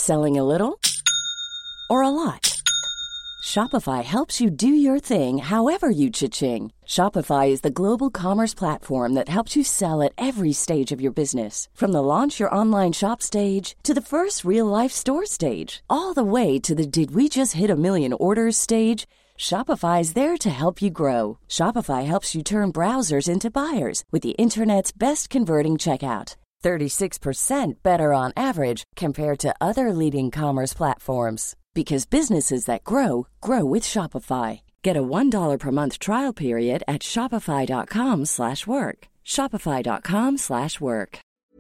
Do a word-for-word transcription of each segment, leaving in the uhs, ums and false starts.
Selling a little or a lot? Shopify helps you do your thing however you cha-ching. Shopify is the global commerce platform that helps you sell at every stage of your business. From the launch your online shop stage to the first real-life store stage, all the way to the did we just hit a million orders stage. Shopify is there to help you grow. Shopify helps you turn browsers into buyers with the internet's best converting checkout. thirty-six percent better on average compared to other leading commerce platforms. Because businesses that grow, grow with Shopify. Get a one dollar per month trial period at shopify.com slash work. Shopify.com slash work.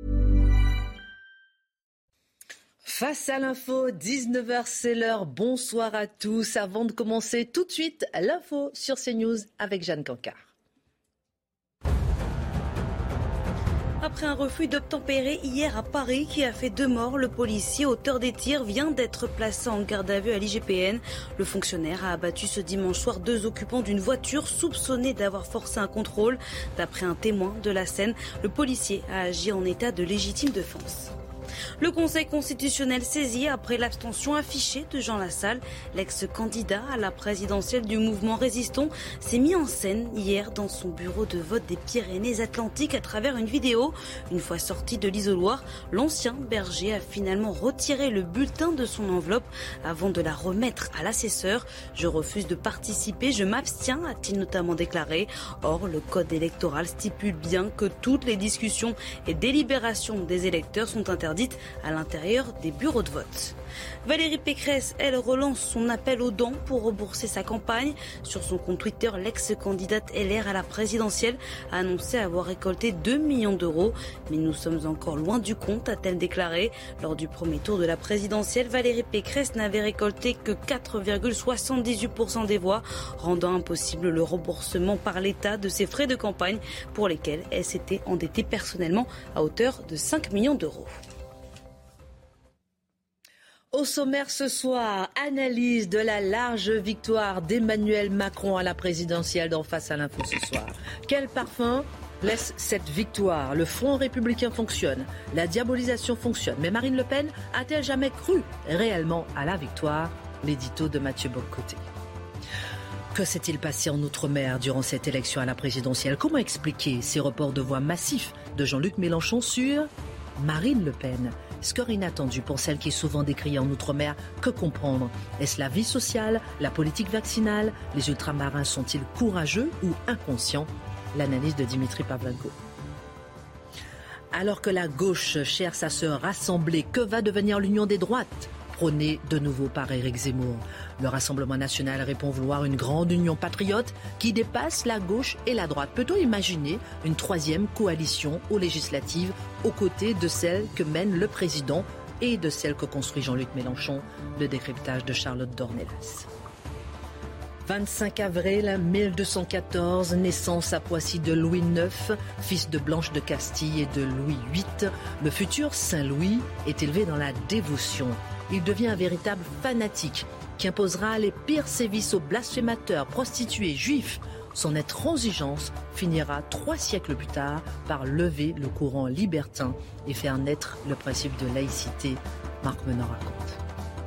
Face à l'info, dix-neuf heures, c'est l'heure. Bonsoir à tous. Avant de commencer, tout de suite, l'info sur CNews avec Jeanne Cancard. Après un refus d'obtempérer hier à Paris qui a fait deux morts, le policier auteur des tirs vient d'être placé en garde à vue à l'I G P N. Le fonctionnaire a abattu ce dimanche soir deux occupants d'une voiture soupçonnés d'avoir forcé un contrôle. D'après un témoin de la scène, le policier a agi en état de légitime défense. Le Conseil constitutionnel saisi après l'abstention affichée de Jean Lassalle. L'ex-candidat à la présidentielle du mouvement Résistons s'est mis en scène hier dans son bureau de vote des Pyrénées-Atlantiques à travers une vidéo. Une fois sorti de l'isoloir, l'ancien berger a finalement retiré le bulletin de son enveloppe avant de la remettre à l'assesseur. « Je refuse de participer, je m'abstiens », a-t-il notamment déclaré. Or, le code électoral stipule bien que toutes les discussions et délibérations des électeurs sont interdites à l'intérieur des bureaux de vote. Valérie Pécresse, elle, relance son appel aux dons pour rembourser sa campagne. Sur son compte Twitter, l'ex-candidate L R à la présidentielle a annoncé avoir récolté deux millions d'euros. Mais nous sommes encore loin du compte, a-t-elle déclaré. Lors du premier tour de la présidentielle, Valérie Pécresse n'avait récolté que quatre virgule soixante-dix-huit pour cent des voix, rendant impossible le remboursement par l'État de ses frais de campagne pour lesquels elle s'était endettée personnellement à hauteur de cinq millions d'euros. Au sommaire ce soir, analyse de la large victoire d'Emmanuel Macron à la présidentielle dans Face à l'info ce soir. Quel parfum laisse cette victoire? Le Front républicain fonctionne, la diabolisation fonctionne. Mais Marine Le Pen a-t-elle jamais cru réellement à la victoire? L'édito de Mathieu Bocoté. Que s'est-il passé en Outre-mer durant cette élection à la présidentielle? Comment expliquer ces reports de voix massifs de Jean-Luc Mélenchon sur Marine Le Pen? Score inattendu pour celle qui est souvent décriée en Outre-mer. Que comprendre? Est-ce la vie sociale, la politique vaccinale? Les ultramarins sont-ils courageux ou inconscients? L'analyse de Dimitri Pavlenko. Alors que la gauche cherche à se rassembler, que va devenir l'union des droites? Prônée de nouveau par Éric Zemmour. Le Rassemblement national répond vouloir une grande union patriote qui dépasse la gauche et la droite. Peut-on imaginer une troisième coalition aux législatives aux côtés de celle que mène le président et de celle que construit Jean-Luc Mélenchon? Le décryptage de Charlotte Dornelas. vingt-cinq avril mille deux cent quatorze, naissance à Poissy de Louis neuf, fils de Blanche de Castille et de Louis huit. Le futur Saint-Louis est élevé dans la dévotion. Il devient un véritable fanatique qui imposera les pires sévices aux blasphémateurs, prostituées, juifs. Son intransigeance finira trois siècles plus tard par lever le courant libertin et faire naître le principe de laïcité. Marc Menon raconte.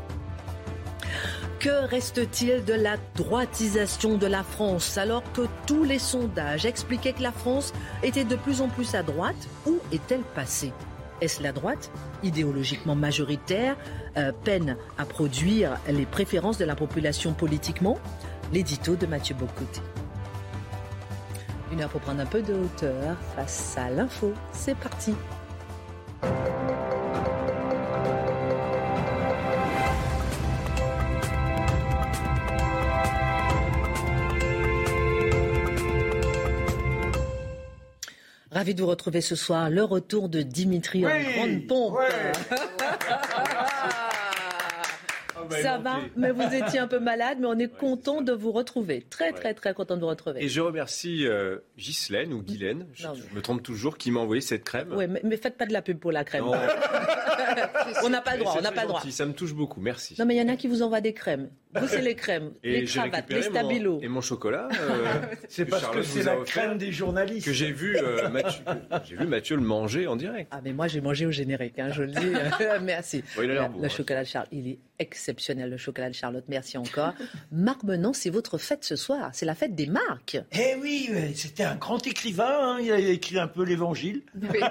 Que reste-t-il de la droitisation de la France alors que tous les sondages expliquaient que la France était de plus en plus à droite? Où est-elle passée? Est-ce la droite, idéologiquement majoritaire, euh, peine à produire les préférences de la population politiquement? L'édito de Mathieu Bocoté. Une heure pour prendre un peu de hauteur face à l'info. C'est parti. Ravi de vous retrouver ce soir. Le retour de Dimitri oui, en grande pompe. Ouais. Ça va, mais vous étiez un peu malade, mais on est content de vous retrouver. Très, très, très content de vous retrouver. Et je remercie euh, Ghislaine ou Guylaine, je, non, je me trompe toujours, qui m'a envoyé cette crème. Oui, mais, mais faites pas de la pub pour la crème. on n'a pas le droit, on n'a pas le droit. Ça me touche beaucoup, merci. Non, mais il y en a qui vous envoient des crèmes. Vous, c'est les crèmes, et les cravates, les stabilos. Mon, et mon chocolat. Euh, c'est parce que, que c'est la crème des journalistes. Que j'ai vu, euh, Mathieu, j'ai vu Mathieu le manger en direct. Ah, mais moi, j'ai mangé au générique, hein, je le dis. Merci. Bon, il a l'air le beau, le hein. chocolat de Charlotte, il est exceptionnel, le chocolat de Charlotte. Merci encore. Marc Menon, c'est votre fête ce soir. C'est la fête des marques. Eh oui, c'était un grand écrivain. Hein. Il a écrit un peu l'Évangile. Oui.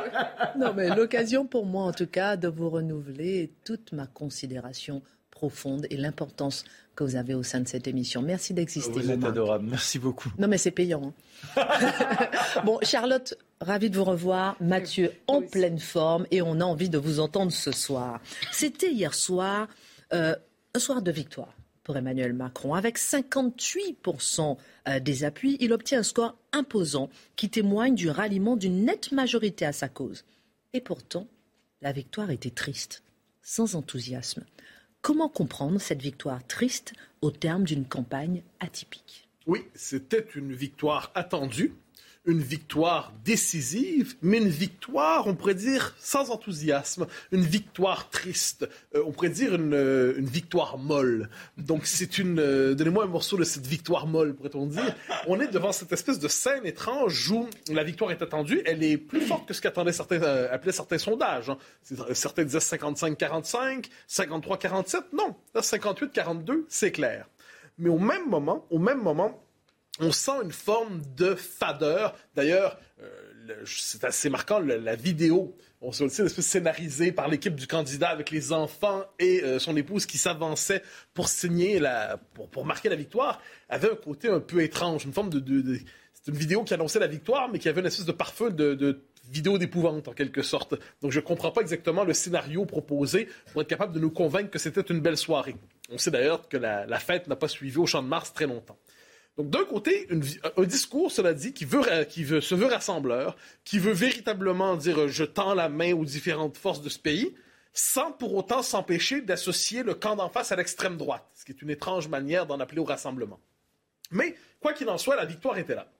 Non, mais l'occasion pour moi, en tout cas, de vous renouveler toute ma considération profonde et l'importance que vous avez au sein de cette émission. Merci d'exister. Vous êtes adorable, merci beaucoup. Non mais c'est payant. Hein. Bon, Charlotte, ravie de vous revoir. Mathieu, en oui, pleine forme et on a envie de vous entendre ce soir. C'était hier soir, euh, un soir de victoire pour Emmanuel Macron. Avec cinquante-huit pour cent des appuis, il obtient un score imposant qui témoigne du ralliement d'une nette majorité à sa cause. Et pourtant, la victoire était triste, sans enthousiasme. Comment comprendre cette victoire triste au terme d'une campagne atypique ? Oui, c'était une victoire attendue, une victoire décisive, mais une victoire, on pourrait dire, sans enthousiasme, une victoire triste, euh, on pourrait dire une, euh, une victoire molle. Donc c'est une... Euh, donnez-moi un morceau de cette victoire molle, pourrait-on dire. On est devant cette espèce de scène étrange où la victoire est attendue, elle est plus forte que ce qu'attendaient certains, euh, appelaient certains sondages. Hein. Certains disaient cinquante-cinq quarante-cinq, cinquante-trois quarante-sept, non, là cinquante-huit quarante-deux, c'est clair. Mais au même moment, au même moment, on sent une forme de fadeur. D'ailleurs, euh, le, c'est assez marquant, le, la vidéo, on se le sait, une espèce scénarisée par l'équipe du candidat avec les enfants et euh, son épouse qui s'avançaient pour signer, la, pour, pour marquer la victoire, avait un côté un peu étrange, une forme de... de, de c'est une vidéo qui annonçait la victoire, mais qui avait une espèce de parfum de... de vidéo d'épouvante, en quelque sorte. Donc, je ne comprends pas exactement le scénario proposé pour être capable de nous convaincre que c'était une belle soirée. On sait d'ailleurs que la, la fête n'a pas suivi au Champ de Mars très longtemps. Donc, d'un côté, une, un discours, cela dit, qui, veut, qui veut, se veut rassembleur, qui veut véritablement dire « je tends la main aux différentes forces de ce pays », sans pour autant s'empêcher d'associer le camp d'en face à l'extrême droite, ce qui est une étrange manière d'en appeler au rassemblement. Mais, quoi qu'il en soit, la victoire était là.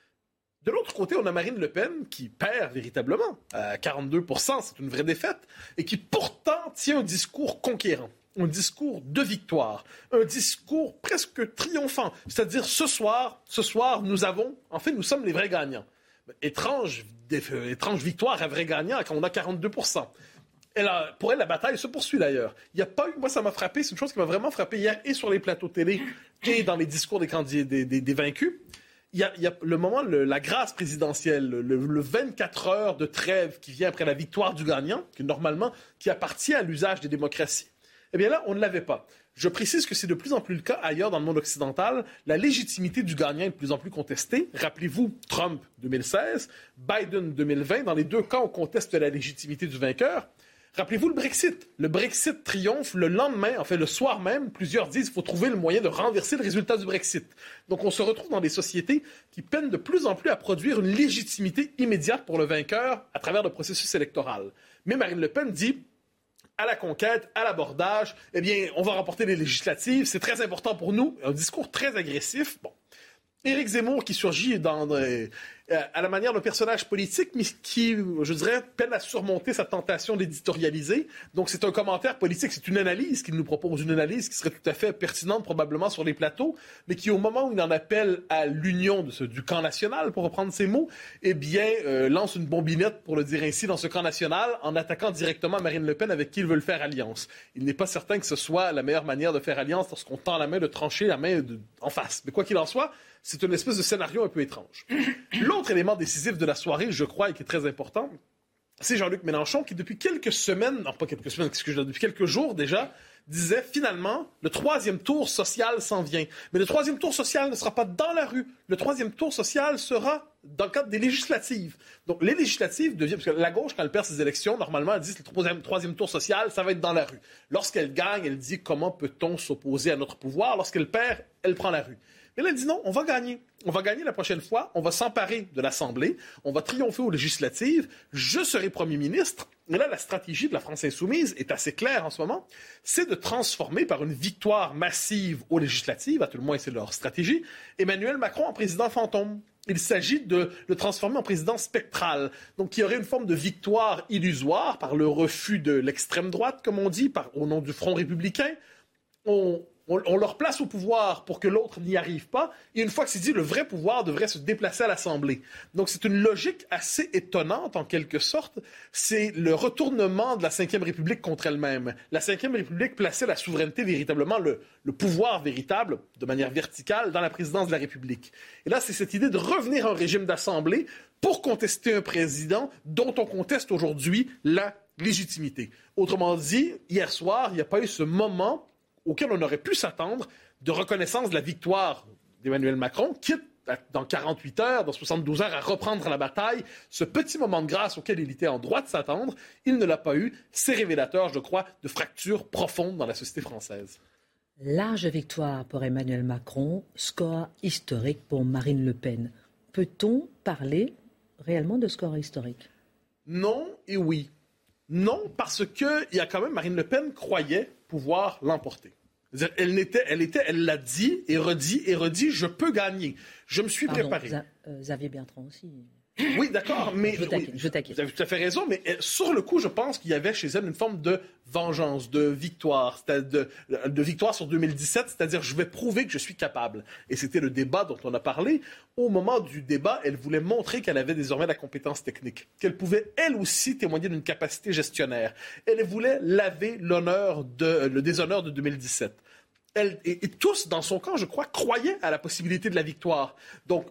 De l'autre côté, on a Marine Le Pen qui perd véritablement à quarante-deux pour cent, c'est une vraie défaite, et qui pourtant tient un discours conquérant, un discours de victoire, un discours presque triomphant. C'est-à-dire, ce soir, ce soir, nous avons, en fait, nous sommes les vrais gagnants. Étrange, euh, étrange victoire à vrai gagnant quand on a quarante-deux pour cent. Elle a, pour elle, la bataille se poursuit d'ailleurs. Il y a pas eu, moi, ça m'a frappé, c'est une chose qui m'a vraiment frappé hier, et sur les plateaux télé, et dans les discours des candidats, des, des, des vaincus. Il y, a, il y a le moment, le, la grâce présidentielle, le, le vingt-quatre heures de trêve qui vient après la victoire du gagnant, qui normalement qui appartient à l'usage des démocraties. Eh bien là, on ne l'avait pas. Je précise que c'est de plus en plus le cas ailleurs dans le monde occidental. La légitimité du gagnant est de plus en plus contestée. Rappelez-vous, Trump deux mille seize, Biden deux mille vingt. Dans les deux cas, on conteste la légitimité du vainqueur. Rappelez-vous le Brexit. Le Brexit triomphe le lendemain, en fait le soir même, plusieurs disent qu'il faut trouver le moyen de renverser le résultat du Brexit. Donc on se retrouve dans des sociétés qui peinent de plus en plus à produire une légitimité immédiate pour le vainqueur à travers le processus électoral. Mais Marine Le Pen dit, à la conquête, à l'abordage, eh bien, on va remporter les législatives, c'est très important pour nous. Un discours très agressif. Bon. Éric Zemmour qui surgit dans, euh, à la manière d'un personnage politique, mais qui, je dirais, peine à surmonter sa tentation d'éditorialiser. Donc c'est un commentaire politique, c'est une analyse qu'il nous propose, une analyse qui serait tout à fait pertinente probablement sur les plateaux, mais qui au moment où il en appelle à l'union de ce, du camp national, pour reprendre ses mots, eh bien euh, lance une bombinette, pour le dire ainsi, dans ce camp national, en attaquant directement Marine Le Pen avec qui il veut le faire alliance. Il n'est pas certain que ce soit la meilleure manière de faire alliance lorsqu'on tend la main, de trancher la main de, en face. Mais quoi qu'il en soit, c'est une espèce de scénario un peu étrange. L'autre élément décisif de la soirée, je crois, et qui est très important, c'est Jean-Luc Mélenchon qui, depuis quelques semaines, non pas quelques semaines, excusez-moi, depuis quelques jours déjà, disait finalement, le troisième tour social s'en vient. Mais le troisième tour social ne sera pas dans la rue. Le troisième tour social sera dans le cadre des législatives. Donc les législatives deviennent... Parce que la gauche, quand elle perd ses élections, normalement, elle dit que le troisième, troisième tour social, ça va être dans la rue. Lorsqu'elle gagne, elle dit comment peut-on s'opposer à notre pouvoir. Lorsqu'elle perd, elle prend la rue. Mais là, elle dit non, on va gagner. On va gagner la prochaine fois. On va s'emparer de l'Assemblée. On va triompher aux législatives. Je serai premier ministre. Et là, la stratégie de la France insoumise est assez claire en ce moment. C'est de transformer par une victoire massive aux législatives, à tout le moins c'est leur stratégie, Emmanuel Macron en président fantôme. Il s'agit de le transformer en président spectral. Donc, il y aurait une forme de victoire illusoire par le refus de l'extrême droite, comme on dit, par, au nom du Front républicain. On On, on leur place au pouvoir pour que l'autre n'y arrive pas. Et une fois que c'est dit, le vrai pouvoir devrait se déplacer à l'Assemblée. Donc, c'est une logique assez étonnante, en quelque sorte. C'est le retournement de la Cinquième République contre elle-même. La Cinquième République plaçait la souveraineté, véritablement, le, le pouvoir véritable, de manière verticale, dans la présidence de la République. Et là, c'est cette idée de revenir à un régime d'Assemblée pour contester un président dont on conteste aujourd'hui la légitimité. Autrement dit, hier soir, il n'y a pas eu ce moment auquel on aurait pu s'attendre de reconnaissance de la victoire d'Emmanuel Macron, quitte dans quarante-huit heures, dans soixante-douze heures, à reprendre la bataille. Ce petit moment de grâce auquel il était en droit de s'attendre, il ne l'a pas eu. C'est révélateur, je crois, de fractures profondes dans la société française. Large victoire pour Emmanuel Macron, score historique pour Marine Le Pen. Peut-on parler réellement de score historique? Non et oui. Non, parce que il y a quand même, Marine Le Pen croyait pouvoir l'emporter. C'est-à-dire, elle, n'était, elle, était, elle l'a dit et redit et redit, je peux gagner. Je me suis Pardon, préparé. Za- euh, Xavier Bertrand aussi. Oui, d'accord, mais Je taquine, oui, je taquine. Vous avez tout à fait raison, mais euh, sur le coup, je pense qu'il y avait chez elle une forme de vengeance, de victoire, de, de victoire sur deux mille dix-sept, c'est-à-dire je vais prouver que je suis capable. Et c'était le débat dont on a parlé. Au moment du débat, elle voulait montrer qu'elle avait désormais la compétence technique, qu'elle pouvait elle aussi témoigner d'une capacité gestionnaire. Elle voulait laver l'honneur de, le déshonneur de deux mille dix-sept. Elle, et, et tous, dans son camp, je crois, croyaient à la possibilité de la victoire. Donc,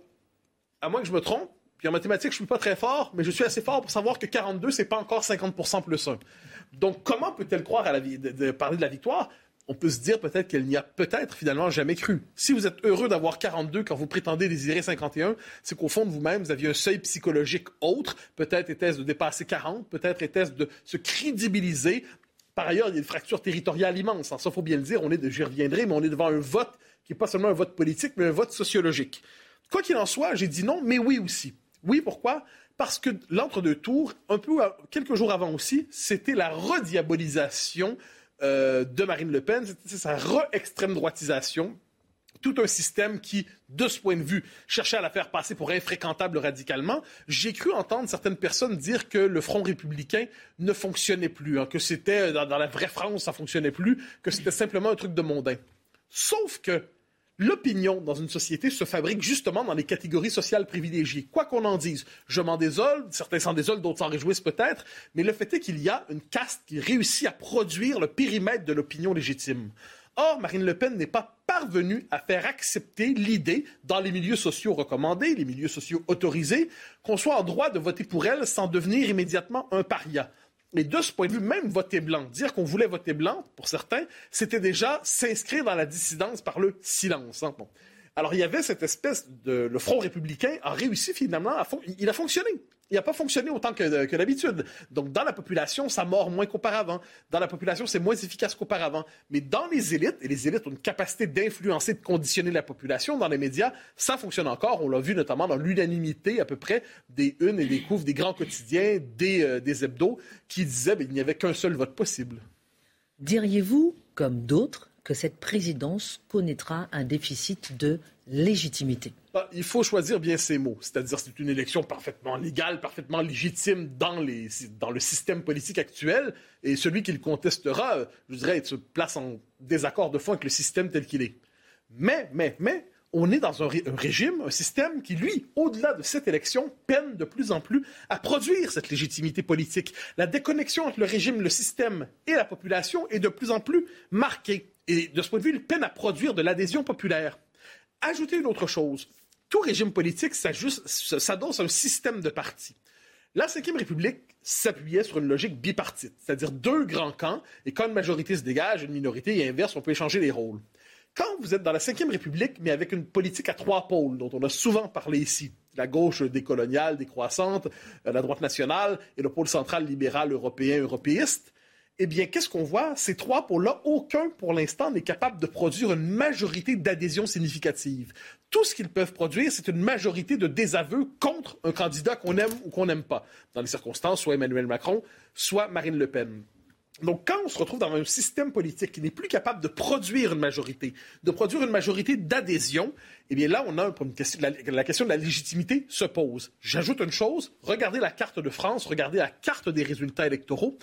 à moins que je me trompe, puis en mathématiques, je ne suis pas très fort, mais je suis assez fort pour savoir que quarante-deux, c'est pas encore cinquante pour cent plus un. Donc, comment peut-elle croire à la vie, de, de parler de la victoire? On peut se dire peut-être qu'elle n'y a peut-être finalement jamais cru. Si vous êtes heureux d'avoir quarante-deux quand vous prétendez désirer cinquante et un, c'est qu'au fond de vous-même, vous aviez un seuil psychologique autre. Peut-être était-ce de dépasser quarante, peut-être était-ce de se crédibiliser. Par ailleurs, il y a une fracture territoriale immense. Ça, il faut bien le dire, on est, j'y reviendrai, mais on est devant un vote qui n'est pas seulement un vote politique, mais un vote sociologique. Quoi qu'il en soit, j'ai dit non, mais oui aussi. Oui, pourquoi? Parce que l'entre-deux tours, un peu quelques jours avant aussi, c'était la rediabolisation euh, de Marine Le Pen, c'était sa re-extrême droitisation. Tout un système qui, de ce point de vue, cherchait à la faire passer pour infréquentable radicalement. J'ai cru entendre certaines personnes dire que le Front républicain ne fonctionnait plus, hein, que c'était, dans, dans la vraie France, ça ne fonctionnait plus, que c'était simplement un truc de mondain. Sauf que l'opinion dans une société se fabrique justement dans les catégories sociales privilégiées. Quoi qu'on en dise, je m'en désole, certains s'en désolent, d'autres s'en réjouissent peut-être, mais le fait est qu'il y a une caste qui réussit à produire le périmètre de l'opinion légitime. Or, Marine Le Pen n'est pas parvenue à faire accepter l'idée, dans les milieux sociaux recommandés, les milieux sociaux autorisés, qu'on soit en droit de voter pour elle sans devenir immédiatement un paria. Et de ce point de vue, même voter blanc, dire qu'on voulait voter blanc, pour certains, c'était déjà s'inscrire dans la dissidence par le silence. Hein. Bon. Alors, il y avait cette espèce de... Le Front républicain a réussi finalement à... Fon... Il a fonctionné. Il n'a pas fonctionné autant que, que d'habitude. Donc, dans la population, ça mord moins qu'auparavant. Dans la population, c'est moins efficace qu'auparavant. Mais dans les élites, et les élites ont une capacité d'influencer, de conditionner la population, dans les médias, ça fonctionne encore. On l'a vu notamment dans l'unanimité à peu près des unes et des couves des grands quotidiens, des, euh, des hebdos, qui disaient qu'il n'y avait qu'un seul vote possible. Diriez-vous, comme d'autres, que cette présidence connaîtra un déficit de légitimité? Il faut choisir bien ses mots. C'est-à-dire c'est une élection parfaitement légale, parfaitement légitime dans, les, dans le système politique actuel. Et celui qui le contestera, je dirais, se place en désaccord de fond avec le système tel qu'il est. Mais, mais, mais, on est dans un, ré, un régime, un système qui, lui, au-delà de cette élection, peine de plus en plus à produire cette légitimité politique. La déconnexion entre le régime, le système et la population est de plus en plus marquée. Et de ce point de vue, il peine à produire de l'adhésion populaire. Ajoutez une autre chose. Tout régime politique s'adosse à un système de partis. La Cinquième République s'appuyait sur une logique bipartite, c'est-à-dire deux grands camps, et quand une majorité se dégage, une minorité et inverse, on peut échanger les rôles. Quand vous êtes dans la Cinquième République, mais avec une politique à trois pôles, dont on a souvent parlé ici, la gauche décoloniale, décroissante, la droite nationale et le pôle central libéral européen, européiste, eh bien, qu'est-ce qu'on voit? Ces trois pôles-là, aucun, pour l'instant, n'est capable de produire une majorité d'adhésion significative. Tout ce qu'ils peuvent produire, c'est une majorité de désaveu contre un candidat qu'on aime ou qu'on n'aime pas. Dans les circonstances, soit Emmanuel Macron, soit Marine Le Pen. Donc, quand on se retrouve dans un système politique qui n'est plus capable de produire une majorité, de produire une majorité d'adhésion, eh bien là, on a une question, la, la question de la légitimité se pose. J'ajoute une chose, regardez la carte de France, regardez la carte des résultats électoraux.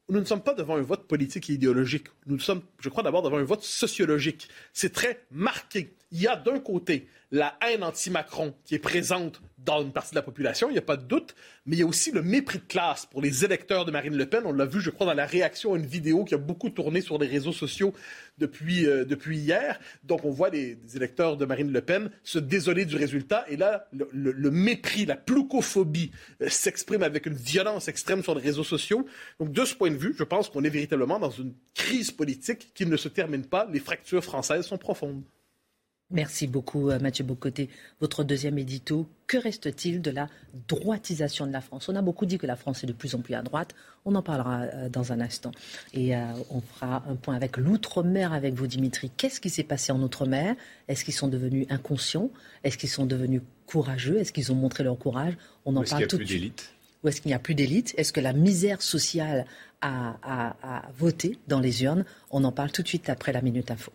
nous ne sommes pas devant un vote politique et idéologique. Nous sommes, je crois, d'abord devant un vote sociologique. C'est très marqué. Il y a d'un côté la haine anti-Macron qui est présente dans une partie de la population, il n'y a pas de doute, mais il y a aussi le mépris de classe pour les électeurs de Marine Le Pen. On l'a vu, je crois, dans la réaction à une vidéo qui a beaucoup tourné sur les réseaux sociaux depuis, euh, depuis hier. Donc, on voit les, les électeurs de Marine Le Pen se désoler du résultat. Et là, le, le, le mépris, la ploucophobie euh, s'exprime avec une violence extrême sur les réseaux sociaux. Donc, de ce point de vue, je pense qu'on est véritablement dans une crise politique qui ne se termine pas. Les fractures françaises sont profondes. Merci beaucoup, Mathieu Bocoté. Votre deuxième édito, que reste-t-il de la droitisation de la France ? On a beaucoup dit que la France est de plus en plus à droite. On en parlera dans un instant. Et euh, on fera un point avec l'outre-mer avec vous, Dimitri. Qu'est-ce qui s'est passé en outre-mer ? Est-ce qu'ils sont devenus inconscients ? Est-ce qu'ils sont devenus courageux ? Est-ce qu'ils ont montré leur courage ? On en Ou est-ce parle qu'il tout y a de plus suite. d'élite ? Ou est-ce qu'il n'y a plus d'élite ? Est-ce que la misère sociale a, a, a voté dans les urnes ? On en parle tout de suite après la Minute Info.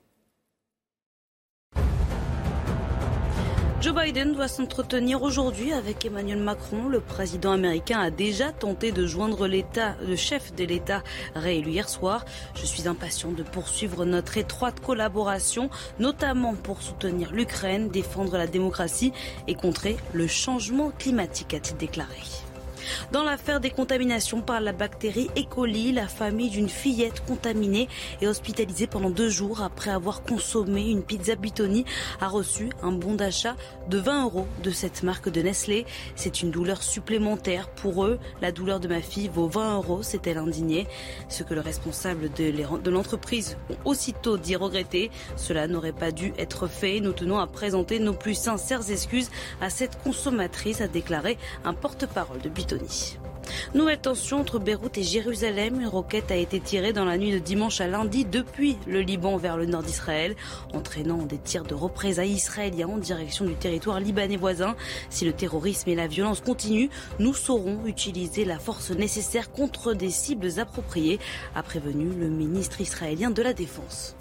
Joe Biden doit s'entretenir aujourd'hui avec Emmanuel Macron. Le président américain a déjà tenté de joindre l'État, le chef de l'État réélu hier soir. Je suis impatient de poursuivre notre étroite collaboration, notamment pour soutenir l'Ukraine, défendre la démocratie et contrer le changement climatique, a-t-il déclaré. Dans l'affaire des contaminations par la bactérie E. coli, la famille d'une fillette contaminée et hospitalisée pendant deux jours après avoir consommé une pizza Buitoni a reçu un bon d'achat de vingt euros de cette marque de Nestlé. C'est une douleur supplémentaire pour eux. La douleur de ma fille vaut vingt euros, s'est-elle indignée. Ce que le responsable de l'entreprise ont aussitôt dit regretter. Cela n'aurait pas dû être fait. Nous tenons à présenter nos plus sincères excuses à cette consommatrice, a déclaré un porte-parole de Buitoni. Nouvelle tension entre Beyrouth et Jérusalem. Une roquette a été tirée dans la nuit de dimanche à lundi depuis le Liban vers le nord d'Israël, entraînant des tirs de représailles israéliens en direction du territoire libanais voisin. Si le terrorisme et la violence continuent, nous saurons utiliser la force nécessaire contre des cibles appropriées, a prévenu le ministre israélien de la Défense.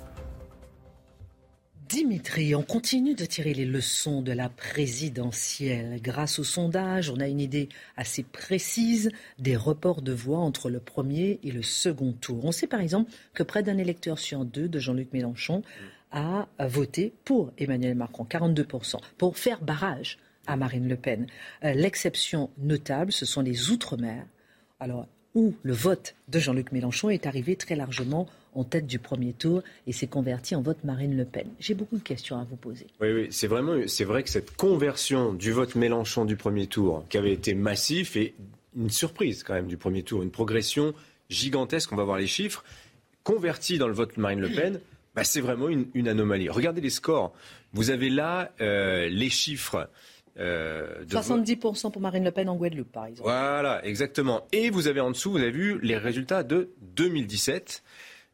Dimitri, on continue de tirer les leçons de la présidentielle. Grâce au sondage, on a une idée assez précise des reports de voix entre le premier et le second tour. On sait par exemple que près d'un électeur sur deux de Jean-Luc Mélenchon a voté pour Emmanuel Macron, quarante-deux pour cent, pour faire barrage à Marine Le Pen. L'exception notable, ce sont les Outre-mer, alors, où le vote de Jean-Luc Mélenchon est arrivé très largement en tête du premier tour et s'est converti en vote Marine Le Pen. J'ai beaucoup de questions à vous poser. Oui, oui, c'est vraiment, c'est vrai que cette conversion du vote Mélenchon du premier tour, qui avait été massif, et une surprise quand même du premier tour, une progression gigantesque, on va voir les chiffres, convertie dans le vote Marine Le Pen, bah, c'est vraiment une, une anomalie. Regardez les scores. Vous avez là euh, les chiffres. Euh, de soixante-dix pour cent pour Marine Le Pen en Guadeloupe, par exemple. Voilà, exactement. Et vous avez en dessous, vous avez vu les résultats de deux mille dix-sept,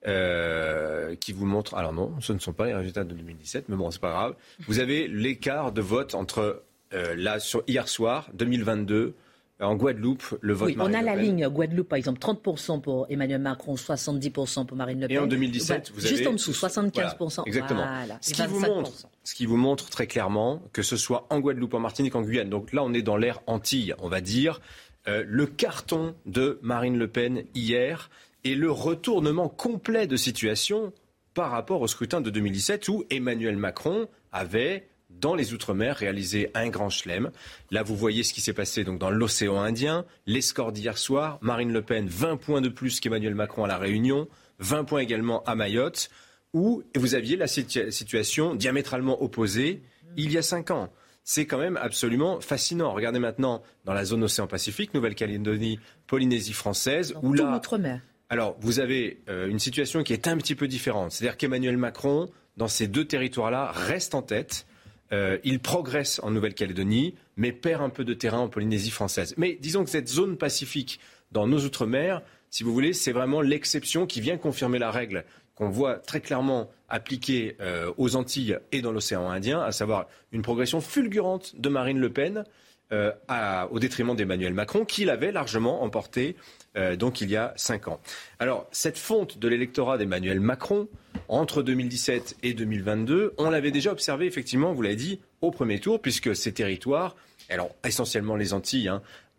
euh, qui vous montrent... Alors non, ce ne sont pas les résultats de deux mille dix-sept, mais bon, c'est pas grave. Vous avez l'écart de vote entre, euh, là, sur, hier soir, deux mille vingt-deux, en Guadeloupe, le vote oui, Marine on a Le la Pen. ligne Guadeloupe, par exemple, trente pour cent pour Emmanuel Macron, soixante-dix pour cent pour Marine Le Pen. Et en deux mille dix-sept, voilà. vous avez... Juste en dessous, soixante-quinze pour cent. Voilà, exactement. Voilà. Ce, qui vous montre, ce qui vous montre très clairement que ce soit en Guadeloupe, en Martinique, en Guyane. Donc là, on est dans l'ère Antilles, on va dire. Euh, le carton de Marine Le Pen hier et le retournement complet de situation par rapport au scrutin de deux mille dix-sept où Emmanuel Macron avait... dans les Outre-mer, réalisé un grand chelem. Là, vous voyez ce qui s'est passé donc, dans l'océan Indien. Les scores d'hier soir. Marine Le Pen, vingt points de plus qu'Emmanuel Macron à La Réunion. vingt points également à Mayotte. Où vous aviez la situa- situation diamétralement opposée il y a cinq ans. C'est quand même absolument fascinant. Regardez maintenant dans la zone océan-Pacifique, Nouvelle-Calédonie, Polynésie française. Dans où tout là, l'outre-mer. Alors, vous avez euh, une situation qui est un petit peu différente. C'est-à-dire qu'Emmanuel Macron, dans ces deux territoires-là, reste en tête. Euh, il progresse en Nouvelle-Calédonie, mais perd un peu de terrain en Polynésie française. Mais disons que cette zone pacifique dans nos Outre-mer, si vous voulez, c'est vraiment l'exception qui vient confirmer la règle qu'on voit très clairement appliquée euh, aux Antilles et dans l'océan Indien, à savoir une progression fulgurante de Marine Le Pen euh, à, au détriment d'Emmanuel Macron, qui l'avait largement emporté euh, donc il y a cinq ans. Alors, cette fonte de l'électorat d'Emmanuel Macron, entre deux mille dix-sept et deux mille vingt-deux, on l'avait déjà observé, effectivement, vous l'avez dit, au premier tour, puisque ces territoires, alors essentiellement les Antilles, hein,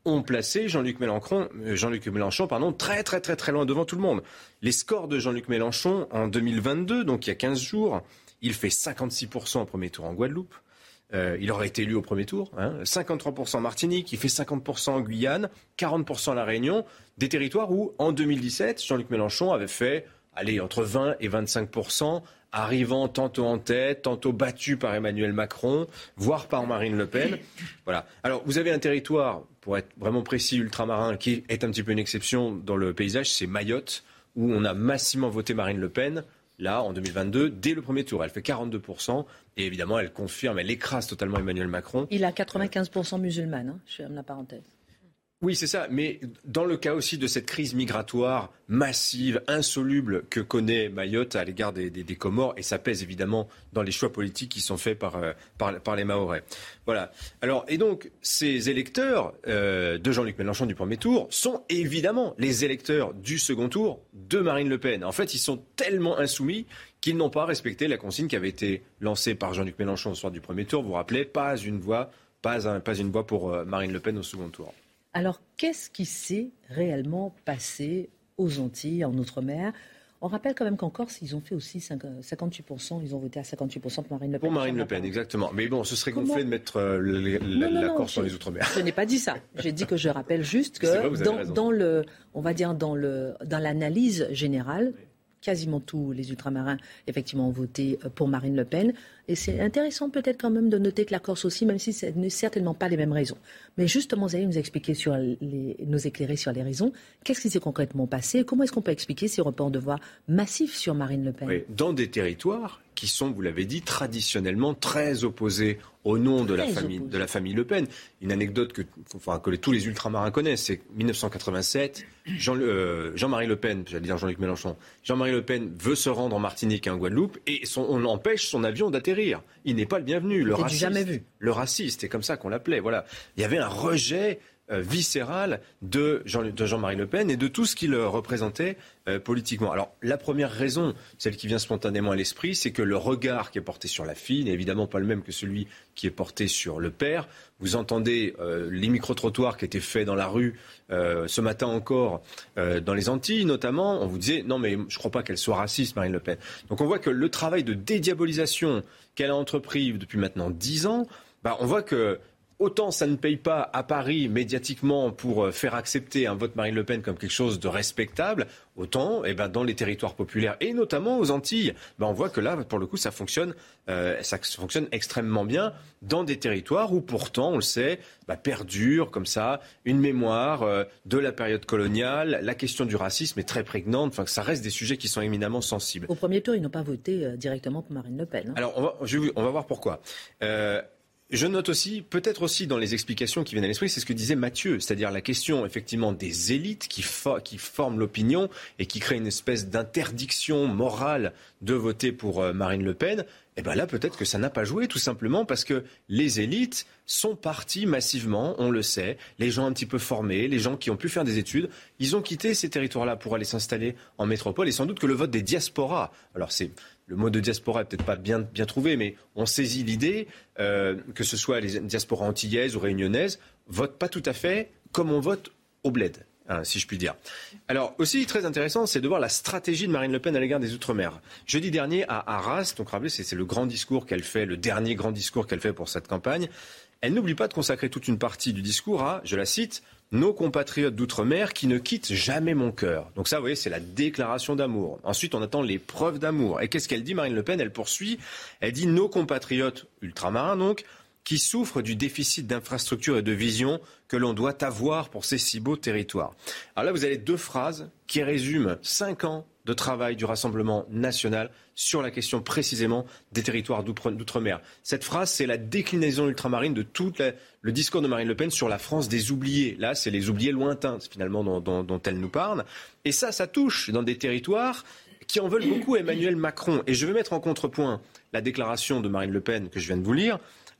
ont placé Jean-Luc Mélenchon, Jean-Luc Mélenchon pardon, très très très très loin devant tout le monde. Les scores de Jean-Luc Mélenchon en deux mille vingt-deux, donc il y a quinze jours, il fait cinquante-six pour cent au premier tour en Guadeloupe. Euh, il aurait été élu au premier tour. Hein, cinquante-trois pour cent en Martinique, il fait cinquante pour cent en Guyane, quarante pour cent à La Réunion. Des territoires où, en deux mille dix-sept, Jean-Luc Mélenchon avait fait allez, entre vingt et vingt-cinq pour cent, arrivant tantôt en tête, tantôt battu par Emmanuel Macron, voire par Marine Le Pen. Voilà. Alors, vous avez un territoire, pour être vraiment précis, ultramarin, qui est un petit peu une exception dans le paysage, c'est Mayotte, où on a massivement voté Marine Le Pen, là, en deux mille vingt-deux, dès le premier tour. Elle fait quarante-deux pour cent, et évidemment, elle confirme, elle écrase totalement Emmanuel Macron. Il a quatre-vingt-quinze pour cent musulmane, hein, je ferme la parenthèse. Oui, c'est ça. Mais dans le cas aussi de cette crise migratoire massive, insoluble que connaît Mayotte à l'égard des, des, des Comores, et ça pèse évidemment dans les choix politiques qui sont faits par, par, par les Mahorais. Voilà. Alors, et donc, ces électeurs euh, de Jean-Luc Mélenchon du premier tour sont évidemment les électeurs du second tour de Marine Le Pen. En fait, ils sont tellement insoumis qu'ils n'ont pas respecté la consigne qui avait été lancée par Jean-Luc Mélenchon au soir du premier tour. Vous vous rappelez, pas une voix, pas, un, pas une voix pour euh, Marine Le Pen au second tour. Alors, qu'est-ce qui s'est réellement passé aux Antilles, en Outre-mer ? On rappelle quand même qu'en Corse, ils ont fait aussi cinquante-huit pour cent, ils ont voté à cinquante-huit pour cent pour Marine Le Pen. Pour Marine Le Pen, exactement. Mais bon, ce serait Comment... gonflé de mettre euh, le, le, non, la, non, la Corse dans les Outre-mer. Je n'ai pas dit ça. J'ai dit que je rappelle juste que vrai, dans, dans le, on va dire dans le, dans l'analyse générale, oui. Quasiment tous les ultramarins, effectivement, ont voté pour Marine Le Pen. Et c'est intéressant peut-être quand même de noter que la Corse aussi, même si ce n'est certainement pas les mêmes raisons. Mais justement, vous allez nous expliquer sur les, nous éclairer sur les raisons. Qu'est-ce qui s'est concrètement passé ? Comment est-ce qu'on peut expliquer ces reports de voix massifs sur Marine Le Pen ? Oui, dans des territoires qui sont, vous l'avez dit, traditionnellement très opposés au nom de la, famille, de la famille Le Pen. Une anecdote que, enfin, que tous les ultramarins connaissent, c'est dix-neuf cent quatre-vingt-sept, Jean, euh, Jean-Marie Le Pen, j'allais dire Jean-Luc Mélenchon, Jean-Marie Le Pen veut se rendre en Martinique et en Guadeloupe et son, on empêche son avion d'atterrir. Il n'est pas le bienvenu. Le raciste, jamais vu. Le raciste, c'est comme ça qu'on l'appelait. Voilà. Il y avait un rejet euh, viscéral de, Jean, de Jean-Marie Le Pen et de tout ce qu'il représentait euh, politiquement. Alors, la première raison, celle qui vient spontanément à l'esprit, c'est que le regard qui est porté sur la fille n'est évidemment pas le même que celui qui est porté sur le père. Vous entendez euh, les micro-trottoirs qui étaient faits dans la rue euh, ce matin encore, euh, dans les Antilles notamment. On vous disait, non mais je ne crois pas qu'elle soit raciste, Marine Le Pen. Donc on voit que le travail de dédiabolisation qu'elle a entrepris depuis maintenant dix ans, bah, on voit que autant ça ne paye pas à Paris médiatiquement pour faire accepter un vote Marine Le Pen comme quelque chose de respectable, autant eh ben, dans les territoires populaires et notamment aux Antilles, ben, on voit que là, pour le coup, ça fonctionne, euh, ça fonctionne extrêmement bien dans des territoires où pourtant, on le sait, ben, perdure comme ça une mémoire euh, de la période coloniale. La question du racisme est très prégnante, enfin, ça reste des sujets qui sont éminemment sensibles. Au premier tour, ils n'ont pas voté euh, directement pour Marine Le Pen. Hein. Alors, on va, je, on va voir pourquoi. Euh, Je note aussi, peut-être aussi dans les explications qui viennent à l'esprit, c'est ce que disait Mathieu, c'est-à-dire la question effectivement des élites qui, fo- qui forment l'opinion et qui créent une espèce d'interdiction morale de voter pour euh, Marine Le Pen. Et bien là, peut-être que ça n'a pas joué, tout simplement parce que les élites sont parties massivement, on le sait, les gens un petit peu formés, les gens qui ont pu faire des études, ils ont quitté ces territoires-là pour aller s'installer en métropole et sans doute que le vote des diasporas, alors c'est... Le mot de diaspora est peut-être pas bien, bien trouvé, mais on saisit l'idée euh, que ce soit les diasporas antillaises ou réunionnaises, votent pas tout à fait comme on vote au bled, hein, si je puis dire. Alors aussi très intéressant, c'est de voir la stratégie de Marine Le Pen à l'égard des Outre-mer. Jeudi dernier à Arras, donc rappelez, c'est, c'est le grand discours qu'elle fait, le dernier grand discours qu'elle fait pour cette campagne. Elle n'oublie pas de consacrer toute une partie du discours à, je la cite, nos compatriotes d'outre-mer qui ne quittent jamais mon cœur. Donc ça, vous voyez, c'est la déclaration d'amour. Ensuite, on attend les preuves d'amour. Et qu'est-ce qu'elle dit, Marine Le Pen ? Elle poursuit. Elle dit nos compatriotes ultramarins, donc, qui souffrent du déficit d'infrastructures et de vision que l'on doit avoir pour ces si beaux territoires. Alors là, vous avez deux phrases qui résument cinq ans de travail du Rassemblement national sur la question précisément des territoires d'outre-mer. Cette phrase, c'est la déclinaison ultramarine de tout la, le discours de Marine Le Pen sur la France des oubliés. Là, c'est les oubliés lointains, finalement, dont, dont, dont elle nous parle. Et ça, ça touche dans des territoires qui en veulent beaucoup à Emmanuel Macron. Et je vais mettre en contrepoint la déclaration de Marine Le Pen que je viens de vous lire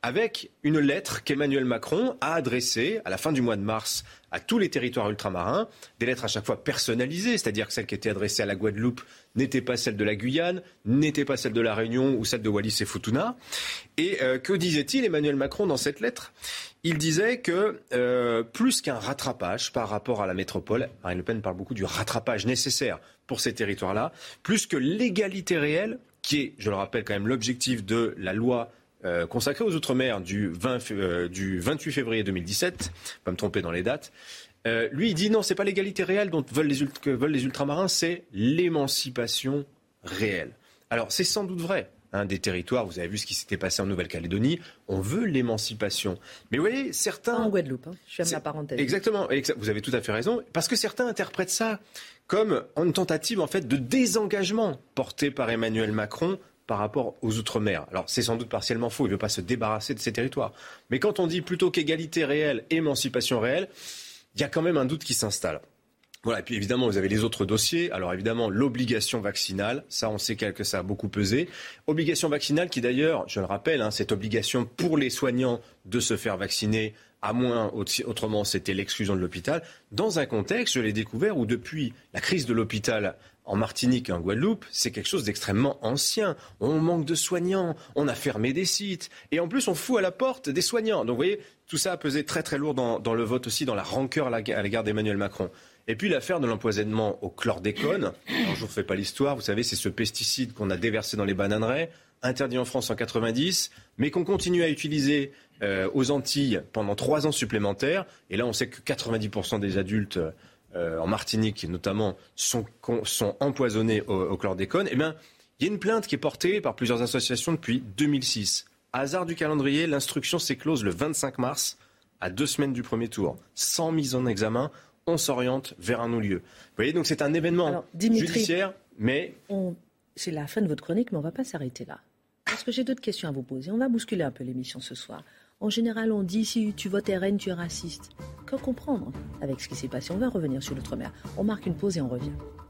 avec une lettre qu'Emmanuel Macron a adressée à la fin du mois de mars à tous les territoires ultramarins, des lettres à chaque fois personnalisées, c'est-à-dire que celles qui étaient adressées à la Guadeloupe n'étaient pas celles de la Guyane, n'étaient pas celles de la Réunion ou celles de Wallis et Futuna. Et euh, que disait-il Emmanuel Macron dans cette lettre ? Il disait que euh, plus qu'un rattrapage par rapport à la métropole, Marine Le Pen parle beaucoup du rattrapage nécessaire pour ces territoires-là, plus que l'égalité réelle, qui est, je le rappelle quand même, l'objectif de la loi euh, consacrée aux Outre-mer du, vingt, euh, du vingt-huit février deux mille dix-sept, pas me tromper dans les dates, euh, lui il dit non, c'est pas l'égalité réelle dont veulent les, que veulent les ultramarins, c'est l'émancipation réelle. Alors c'est sans doute vrai. Hein, des territoires, vous avez vu ce qui s'était passé en Nouvelle-Calédonie, on veut l'émancipation. Mais vous voyez, certains... En Guadeloupe, hein. Je ferme la parenthèse. Exactement, vous avez tout à fait raison, parce que certains interprètent ça comme une tentative en fait de désengagement porté par Emmanuel Macron par rapport aux Outre-mer. Alors c'est sans doute partiellement faux, il ne veut pas se débarrasser de ces territoires. Mais quand on dit plutôt qu'égalité réelle, émancipation réelle, il y a quand même un doute qui s'installe. Voilà, et puis évidemment, vous avez les autres dossiers. Alors évidemment, l'obligation vaccinale, ça on sait que ça a beaucoup pesé. Obligation vaccinale qui d'ailleurs, je le rappelle, hein, cette obligation pour les soignants de se faire vacciner, à moins, autrement c'était l'exclusion de l'hôpital, dans un contexte, je l'ai découvert, où depuis la crise de l'hôpital en Martinique et en Guadeloupe, c'est quelque chose d'extrêmement ancien. On manque de soignants, on a fermé des sites, et en plus on fout à la porte des soignants. Donc vous voyez, tout ça a pesé très très lourd dans, dans le vote aussi, dans la rancœur à l'égard d'Emmanuel Macron. Et puis l'affaire de l'empoisonnement au chlordécone, alors je ne vous refais pas l'histoire, vous savez, c'est ce pesticide qu'on a déversé dans les bananeraies, interdit en France en quatre-vingt-dix, mais qu'on continue à utiliser euh, aux Antilles pendant trois ans supplémentaires. Et là, on sait que quatre-vingt-dix pour cent des adultes euh, en Martinique, notamment, sont, sont empoisonnés au, au chlordécone. Eh bien, il y a une plainte qui est portée par plusieurs associations depuis deux mille six. Hasard du calendrier, l'instruction s'éclose le vingt-cinq mars, à deux semaines du premier tour, sans mise en examen. On s'oriente vers un non-lieu. Vous voyez, donc c'est un événement Alors, Dimitri, judiciaire, mais... On... C'est la fin de votre chronique, mais on ne va pas s'arrêter là. Parce que j'ai d'autres questions à vous poser. On va bousculer un peu l'émission ce soir. En général, on dit si tu votes R N, tu es raciste. Que comprendre avec ce qui s'est passé ? On va revenir sur l'outre-mer. On marque une pause et on revient.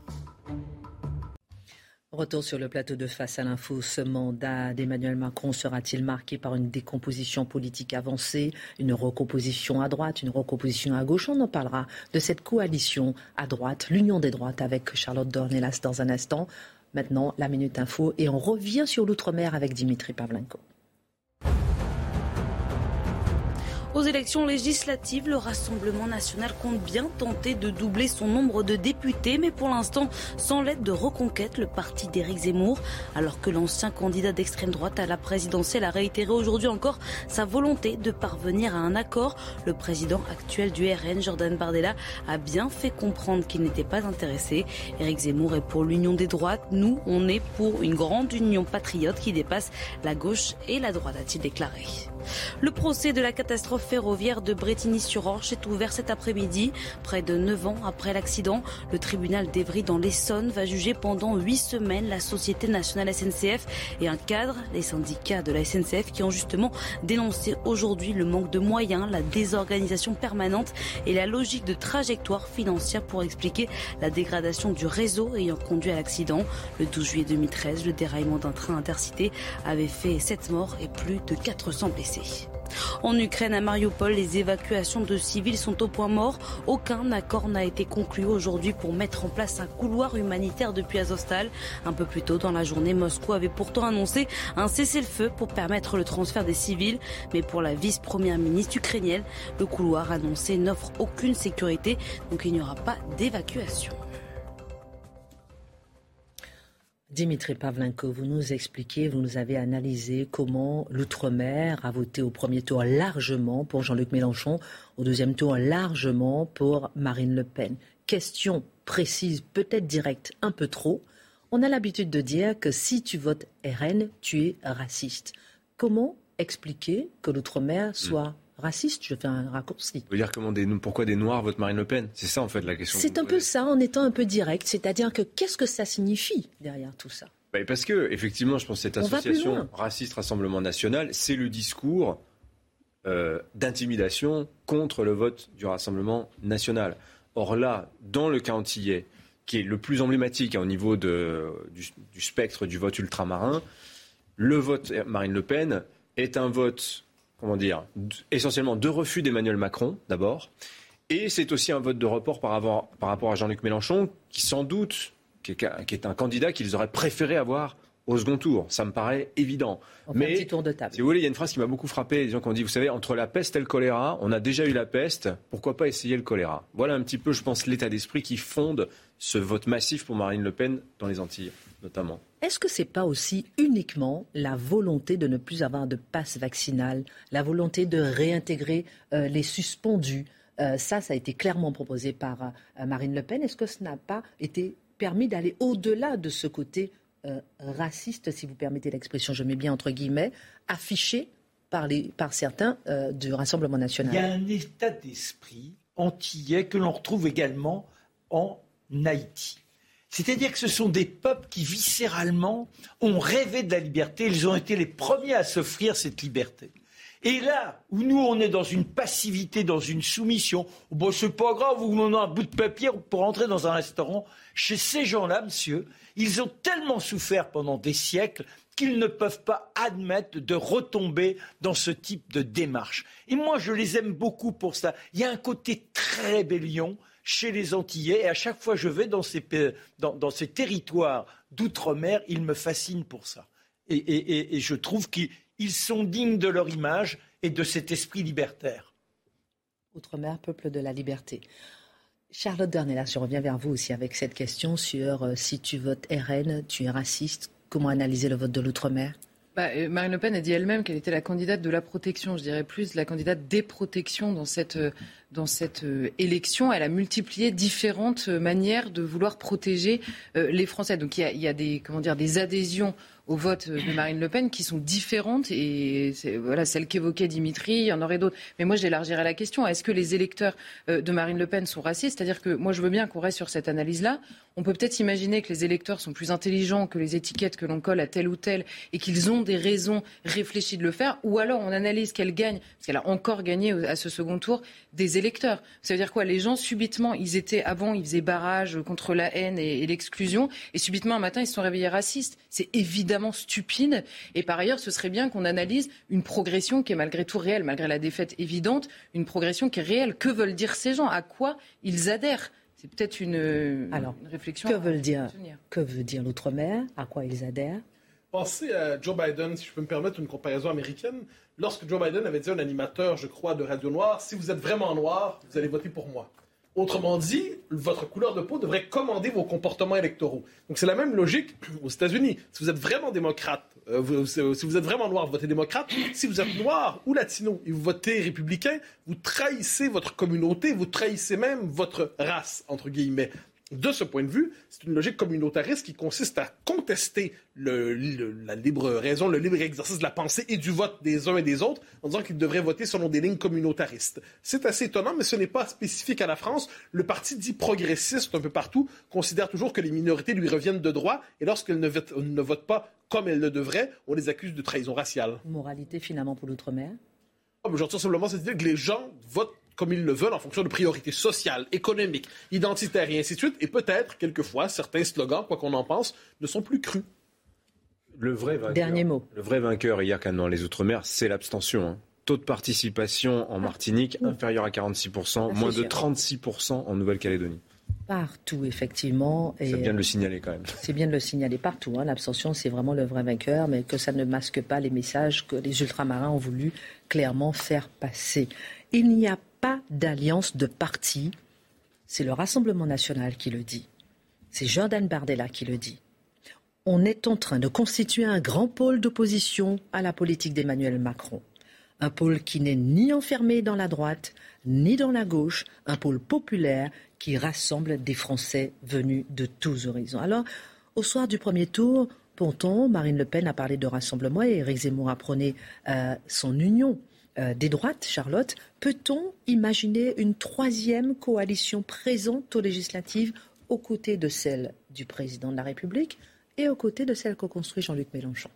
Retour sur le plateau de Face à l'info. Ce mandat d'Emmanuel Macron sera-t-il marqué par une décomposition politique avancée, une recomposition à droite, une recomposition à gauche ? On en parlera de cette coalition à droite, l'union des droites avec Charlotte Dornelas dans un instant. Maintenant, la Minute Info et on revient sur l'outre-mer avec Dimitri Pavlenko. Aux élections législatives, le Rassemblement national compte bien tenter de doubler son nombre de députés, mais pour l'instant, sans l'aide de Reconquête, le parti d'Éric Zemmour, alors que l'ancien candidat d'extrême droite à la présidentielle a réitéré aujourd'hui encore sa volonté de parvenir à un accord. Le président actuel du R N, Jordan Bardella, a bien fait comprendre qu'il n'était pas intéressé. Éric Zemmour est pour l'union des droites. Nous, on est pour une grande union patriote qui dépasse la gauche et la droite, a-t-il déclaré. Le procès de la catastrophe ferroviaire de Brétigny-sur-Orge est ouvert cet après-midi. Près de neuf ans après l'accident, le tribunal d'Evry dans l'Essonne va juger pendant huit semaines la Société nationale S N C F et un cadre, les syndicats de la S N C F, qui ont justement dénoncé aujourd'hui le manque de moyens, la désorganisation permanente et la logique de trajectoire financière pour expliquer la dégradation du réseau ayant conduit à l'accident. Le douze juillet deux mille treize, le déraillement d'un train intercité avait fait sept morts et plus de quatre cents blessés. En Ukraine, à Mariupol, les évacuations de civils sont au point mort. Aucun accord n'a été conclu aujourd'hui pour mettre en place un couloir humanitaire depuis Azovstal. Un peu plus tôt dans la journée, Moscou avait pourtant annoncé un cessez-le-feu pour permettre le transfert des civils. Mais pour la vice-première ministre ukrainienne, le couloir annoncé n'offre aucune sécurité, donc il n'y aura pas d'évacuation. Dimitri Pavlenko, vous nous expliquez, vous nous avez analysé comment l'outre-mer a voté au premier tour largement pour Jean-Luc Mélenchon, au deuxième tour largement pour Marine Le Pen. Question précise, peut-être directe, un peu trop. On a l'habitude de dire que si tu votes R N, tu es raciste. Comment expliquer que l'outre-mer soit mmh. raciste? Je fais un raccourci. Vous voulez dire comment des, pourquoi des Noirs votent Marine Le Pen? C'est ça en fait la question. C'est un peu ça, en étant un peu direct. C'est-à-dire que qu'est-ce que ça signifie derrière tout ça? bah Parce que effectivement, je pense que cette association raciste Rassemblement National, c'est le discours euh, d'intimidation contre le vote du Rassemblement National. Or là, dans le cas antillais, qui est le plus emblématique hein, au niveau de, du, du spectre du vote ultramarin, le vote Marine Le Pen est un vote comment dire, essentiellement deux refus d'Emmanuel Macron, d'abord. Et c'est aussi un vote de report par rapport, par rapport à Jean-Luc Mélenchon, qui sans doute, qui est, qui est un candidat qu'ils auraient préféré avoir au second tour. Ça me paraît évident. On fait Mais, un petit tour de table. Si vous voulez, il y a une phrase qui m'a beaucoup frappé. Les gens qui ont dit, vous savez, entre la peste et le choléra, on a déjà eu la peste, pourquoi pas essayer le choléra? Voilà un petit peu, je pense, l'état d'esprit qui fonde ce vote massif pour Marine Le Pen dans les Antilles, notamment. Est-ce que ce n'est pas aussi uniquement la volonté de ne plus avoir de passe vaccinal, la volonté de réintégrer euh, les suspendus? euh, Ça, ça a été clairement proposé par euh, Marine Le Pen. Est-ce que ce n'a pas été permis d'aller au-delà de ce côté Euh, raciste, si vous permettez l'expression, je mets bien entre guillemets, affiché par, les, par certains euh, du Rassemblement national? Il y a un état d'esprit antillais que l'on retrouve également en Haïti. C'est-à-dire que ce sont des peuples qui, viscéralement, ont rêvé de la liberté. Ils ont été les premiers à s'offrir cette liberté. Et là, où nous, on est dans une passivité, dans une soumission, bon, c'est pas grave, vous m'en avez un bout de papier pour entrer dans un restaurant. Chez ces gens-là, monsieur, ils ont tellement souffert pendant des siècles qu'ils ne peuvent pas admettre de retomber dans ce type de démarche. Et moi, je les aime beaucoup pour ça. Il y a un côté très rébellion chez les Antillais, et à chaque fois que je vais dans ces, dans, dans ces territoires d'outre-mer, ils me fascinent pour ça. Et, et, et, et je trouve qu'ils ils sont dignes de leur image et de cet esprit libertaire. Outre-mer, peuple de la liberté. Charlotte Dornelas, je reviens vers vous aussi avec cette question sur euh, si tu votes R N, tu es raciste. Comment analyser le vote de l'outre-mer? Bah, euh, Marine Le Pen a dit elle-même qu'elle était la candidate de la protection, je dirais plus la candidate des protections dans cette, euh, dans cette euh, élection. Elle a multiplié différentes euh, manières de vouloir protéger euh, les Français. Donc il y a, il y a des, comment dire, des adhésions au vote de Marine Le Pen qui sont différentes et c'est, voilà, celle qu'évoquait Dimitri, il y en aurait d'autres. Mais moi, j'élargirais la question. Est-ce que les électeurs de Marine Le Pen sont racistes? C'est-à-dire que moi, je veux bien qu'on reste sur cette analyse-là. On peut peut-être imaginer que les électeurs sont plus intelligents que les étiquettes que l'on colle à tel ou tel et qu'ils ont des raisons réfléchies de le faire. Ou alors, on analyse qu'elle gagne, parce qu'elle a encore gagné à ce second tour, des électeurs. Ça veut dire quoi? Les gens, subitement, ils étaient, avant, ils faisaient barrage contre la haine et, et l'exclusion. Et subitement, un matin, ils se sont réveillés racistes. C'est évidemment stupide. Et par ailleurs, ce serait bien qu'on analyse une progression qui est malgré tout réelle, malgré la défaite évidente, une progression qui est réelle. Que veulent dire ces gens? À quoi ils adhèrent? C'est peut-être une, Alors, une réflexion. Que veut dire, que veut dire l'outre-mer? À quoi ils adhèrent? Pensez à Joe Biden, si je peux me permettre une comparaison américaine. Lorsque Joe Biden avait dit à un animateur, je crois, de Radio Noire, si vous êtes vraiment noir, vous allez voter pour moi. Autrement dit, votre couleur de peau devrait commander vos comportements électoraux. Donc c'est la même logique aux États-Unis. Si vous êtes vraiment démocrate, euh, vous, si vous êtes vraiment noir, vous votez démocrate. Si vous êtes noir ou latino et vous votez républicain, vous trahissez votre communauté, vous trahissez même votre race, entre guillemets. De ce point de vue, c'est une logique communautariste qui consiste à contester le, le, la libre raison, le libre exercice de la pensée et du vote des uns et des autres en disant qu'ils devraient voter selon des lignes communautaristes. C'est assez étonnant, mais ce n'est pas spécifique à la France. Le parti dit progressiste un peu partout considère toujours que les minorités lui reviennent de droit et lorsqu'elles ne votent, ne votent pas comme elles le devraient, on les accuse de trahison raciale. Moralité finalement pour l'outre-mer? Oh, mais j'en tire simplement, c'est-à-dire que les gens votent comme ils le veulent en fonction de priorités sociales, économiques, identitaires et ainsi de suite. Et peut-être, quelquefois, certains slogans, quoi qu'on en pense, ne sont plus crus. Le vrai vainqueur, Dernier mot. Le vrai vainqueur hier, quand même, dans les Outre-mer, c'est l'abstention. Hein. Taux de participation en Martinique ah. inférieur à quarante-six pour cent, ah, moins de trente-six pour cent en Nouvelle-Calédonie. Partout, effectivement. C'est bien de le signaler quand même. C'est bien de le signaler partout. Hein. L'abstention, c'est vraiment le vrai vainqueur, mais que ça ne masque pas les messages que les ultramarins ont voulu clairement faire passer. Il n'y a pas d'alliance de partis. C'est le Rassemblement national qui le dit. C'est Jordan Bardella qui le dit. On est en train de constituer un grand pôle d'opposition à la politique d'Emmanuel Macron. Un pôle qui n'est ni enfermé dans la droite, ni dans la gauche. Un pôle populaire qui rassemble des Français venus de tous horizons. Alors, au soir du premier tour, pourtant, Marine Le Pen a parlé de rassemblement et Éric Zemmour a prôné euh, son union euh, des droites. Charlotte, peut-on imaginer une troisième coalition présente aux législatives aux côtés de celle du président de la République et aux côtés de celle qu'a construit Jean-Luc Mélenchon?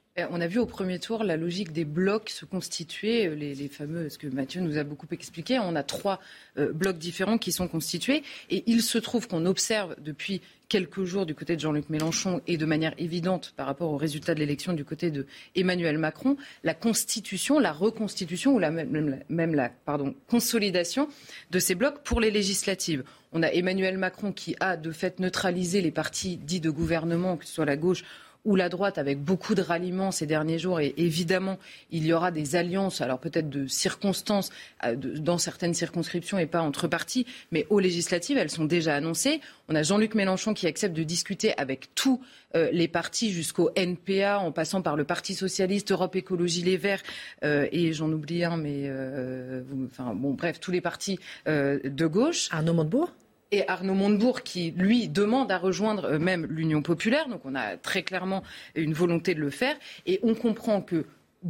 On a vu au premier tour la logique des blocs se constituer, les, les fameux, ce que Mathieu nous a beaucoup expliqué. On a trois euh, blocs différents qui sont constitués. Et il se trouve qu'on observe depuis quelques jours du côté de Jean-Luc Mélenchon et de manière évidente par rapport aux résultats de l'élection du côté de Emmanuel Macron, la constitution, la reconstitution ou la, même, même la pardon, consolidation de ces blocs pour les législatives. On a Emmanuel Macron qui a de fait neutralisé les partis dits de gouvernement, que ce soit la gauche ou la droite, avec beaucoup de ralliements ces derniers jours. Et évidemment, il y aura des alliances, alors peut-être de circonstances, dans certaines circonscriptions et pas entre partis, mais aux législatives, elles sont déjà annoncées. On a Jean-Luc Mélenchon qui accepte de discuter avec tous euh, les partis jusqu'au N P A, en passant par le Parti Socialiste, Europe Écologie Les Verts, euh, et j'en oublie un, mais euh, vous, enfin, bon, bref, tous les partis euh, de gauche. Arnaud Montebourg ? Et Arnaud Montebourg qui, lui, demande à rejoindre même l'Union populaire. Donc on a très clairement une volonté de le faire. Et on comprend que,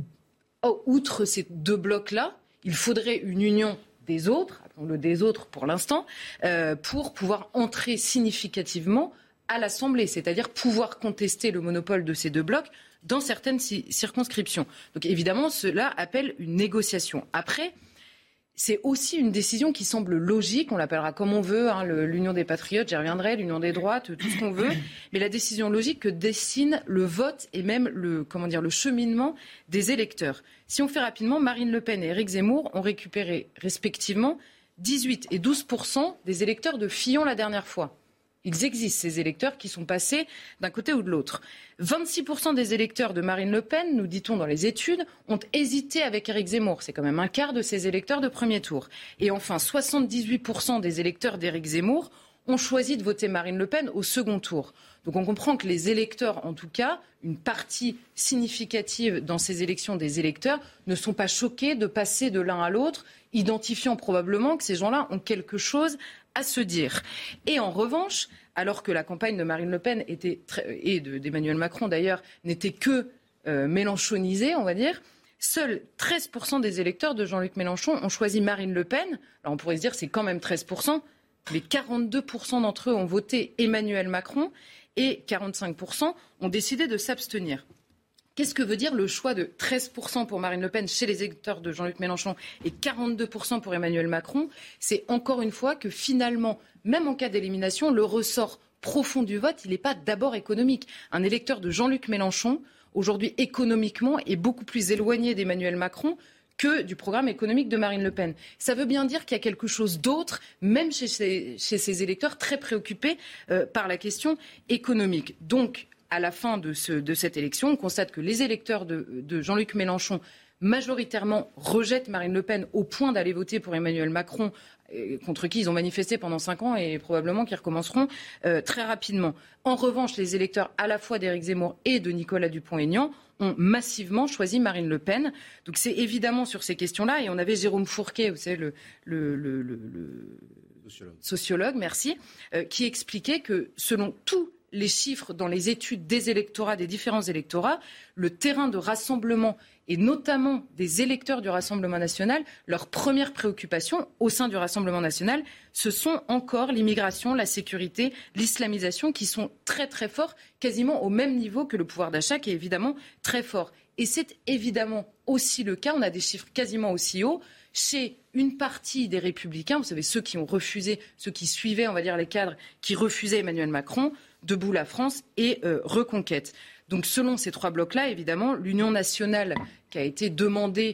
outre ces deux blocs-là, il faudrait une union des autres, appelons-le des autres pour l'instant, euh, pour pouvoir entrer significativement à l'Assemblée. C'est-à-dire pouvoir contester le monopole de ces deux blocs dans certaines circonscriptions. Donc évidemment, cela appelle une négociation. Après, c'est aussi une décision qui semble logique, on l'appellera comme on veut, hein, le, l'Union des Patriotes, j'y reviendrai, l'Union des Droites, tout ce qu'on veut, mais la décision logique que dessine le vote et même le, comment dire, le cheminement des électeurs. Si on fait rapidement, Marine Le Pen et Éric Zemmour ont récupéré respectivement dix-huit et douze pour cent des électeurs de Fillon la dernière fois. Ils existent, ces électeurs qui sont passés d'un côté ou de l'autre. vingt-six pour cent des électeurs de Marine Le Pen, nous dit-on dans les études, ont hésité avec Éric Zemmour. C'est quand même un quart de ces électeurs de premier tour. Et enfin, soixante-dix-huit pour cent des électeurs d'Éric Zemmour ont choisi de voter Marine Le Pen au second tour. Donc on comprend que les électeurs, en tout cas, une partie significative dans ces élections des électeurs, ne sont pas choqués de passer de l'un à l'autre, identifiant probablement que ces gens-là ont quelque chose à se dire. Et en revanche, alors que la campagne de Marine Le Pen était très, et de, d'Emmanuel Macron d'ailleurs n'était que euh, mélenchonisée, on va dire, seuls treize pour cent des électeurs de Jean-Luc Mélenchon ont choisi Marine Le Pen. Alors on pourrait se dire c'est quand même treize pour cent, mais quarante-deux pour cent d'entre eux ont voté Emmanuel Macron et quarante-cinq pour cent ont décidé de s'abstenir. Qu'est-ce que veut dire le choix de treize pour cent pour Marine Le Pen chez les électeurs de Jean-Luc Mélenchon et quarante-deux pour cent pour Emmanuel Macron ? C'est encore une fois que finalement, même en cas d'élimination, le ressort profond du vote, il n'est pas d'abord économique. Un électeur de Jean-Luc Mélenchon, aujourd'hui économiquement, est beaucoup plus éloigné d'Emmanuel Macron que du programme économique de Marine Le Pen. Ça veut bien dire qu'il y a quelque chose d'autre, même chez ces, chez ces électeurs très préoccupés euh, par la question économique. Donc, à la fin de, ce, de cette élection, on constate que les électeurs de, de Jean-Luc Mélenchon majoritairement rejettent Marine Le Pen au point d'aller voter pour Emmanuel Macron, contre qui ils ont manifesté pendant cinq ans et probablement qu'ils recommenceront euh, très rapidement. En revanche, les électeurs à la fois d'Éric Zemmour et de Nicolas Dupont-Aignan ont massivement choisi Marine Le Pen. Donc c'est évidemment sur ces questions-là. Et on avait Jérôme Fourquet, vous savez, le... le, le, le, le sociologue. sociologue, merci, euh, qui expliquait que selon tous les chiffres dans les études des électorats, des différents électorats, le terrain de rassemblement et notamment des électeurs du Rassemblement national, leur première préoccupation au sein du Rassemblement national, ce sont encore l'immigration, la sécurité, l'islamisation qui sont très très forts, quasiment au même niveau que le pouvoir d'achat qui est évidemment très fort. Et c'est évidemment aussi le cas, on a des chiffres quasiment aussi hauts, chez une partie des Républicains, vous savez, ceux qui ont refusé, ceux qui suivaient, on va dire, les cadres qui refusaient Emmanuel Macron, Debout la France et euh, Reconquête. Donc selon ces trois blocs-là, évidemment, l'union nationale qui a été demandée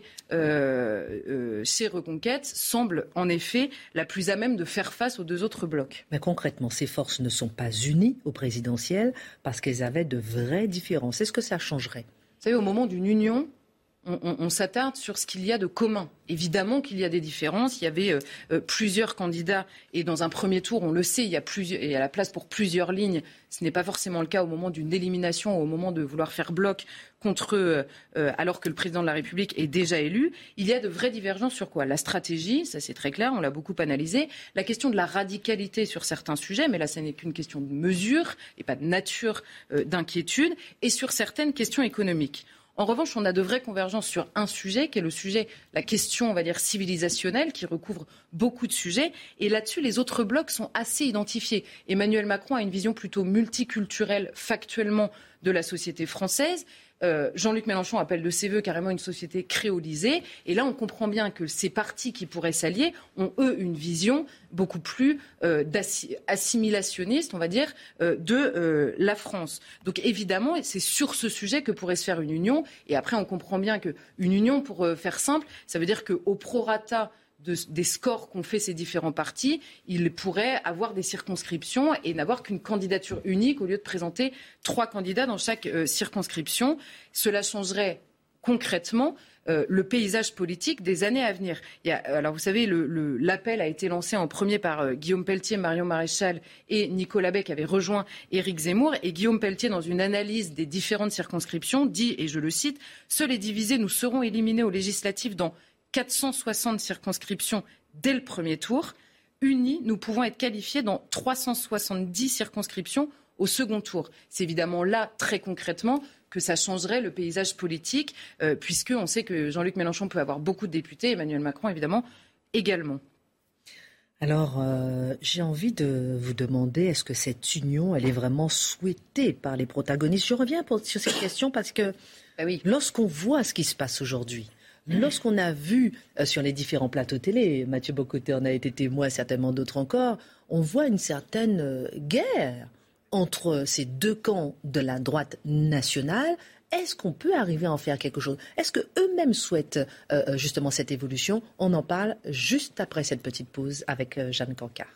euh, euh, chez Reconquête semble en effet la plus à même de faire face aux deux autres blocs. Mais concrètement, ces forces ne sont pas unies au présidentiel parce qu'elles avaient de vraies différences. Est-ce que ça changerait ? Vous savez, au moment d'une union, on, on, on s'attarde sur ce qu'il y a de commun. Évidemment qu'il y a des différences. Il y avait euh, plusieurs candidats et dans un premier tour, on le sait, il y a plusieurs, il y a la place pour plusieurs lignes. Ce n'est pas forcément le cas au moment d'une élimination, au moment de vouloir faire bloc contre eux, euh, alors que le président de la République est déjà élu. Il y a de vraies divergences sur quoi ? La stratégie, ça c'est très clair, on l'a beaucoup analysé. La question de la radicalité sur certains sujets, mais là ce n'est qu'une question de mesure et pas de nature euh, d'inquiétude, et sur certaines questions économiques. En revanche, on a de vraies convergences sur un sujet, qui est le sujet, la question, on va dire, civilisationnelle, qui recouvre beaucoup de sujets. Et là-dessus, les autres blocs sont assez identifiés. Emmanuel Macron a une vision plutôt multiculturelle, factuellement, de la société française. Euh, Jean-Luc Mélenchon appelle de ses voeux carrément une société créolisée. Et là, on comprend bien que ces partis qui pourraient s'allier ont, eux, une vision beaucoup plus euh, assimilationniste, on va dire, euh, de euh, la France. Donc, évidemment, c'est sur ce sujet que pourrait se faire une union. Et après, on comprend bien qu'une union, pour euh, faire simple, ça veut dire qu'au prorata De, des scores qu'ont fait ces différents partis, ils pourraient avoir des circonscriptions et n'avoir qu'une candidature unique au lieu de présenter trois candidats dans chaque euh, circonscription. Cela changerait concrètement euh, le paysage politique des années à venir. Il y a, alors vous savez, le, le, l'appel a été lancé en premier par euh, Guillaume Pelletier, Marion Maréchal et Nicolas Bay qui avait rejoint Éric Zemmour. Et Guillaume Pelletier, dans une analyse des différentes circonscriptions, dit, et je le cite, « Seuls les divisés, nous serons éliminés aux législatives dans quatre cent soixante circonscriptions dès le premier tour. Unis, nous pouvons être qualifiés dans trois cent soixante-dix circonscriptions au second tour. » C'est évidemment là, très concrètement, que ça changerait le paysage politique, euh, puisqu'on sait que Jean-Luc Mélenchon peut avoir beaucoup de députés, Emmanuel Macron, évidemment, également. Alors, euh, j'ai envie de vous demander, est-ce que cette union, elle est vraiment souhaitée par les protagonistes ? Je reviens pour, sur cette question parce que bah oui. Lorsqu'on voit ce qui se passe aujourd'hui, lorsqu'on a vu euh, sur les différents plateaux télé, Mathieu Bocoté en a été témoin, certainement d'autres encore, on voit une certaine euh, guerre entre ces deux camps de la droite nationale. Est-ce qu'on peut arriver à en faire quelque chose ? Est-ce qu'eux-mêmes souhaitent euh, justement cette évolution ? On en parle juste après cette petite pause avec euh, Jeanne Cancard.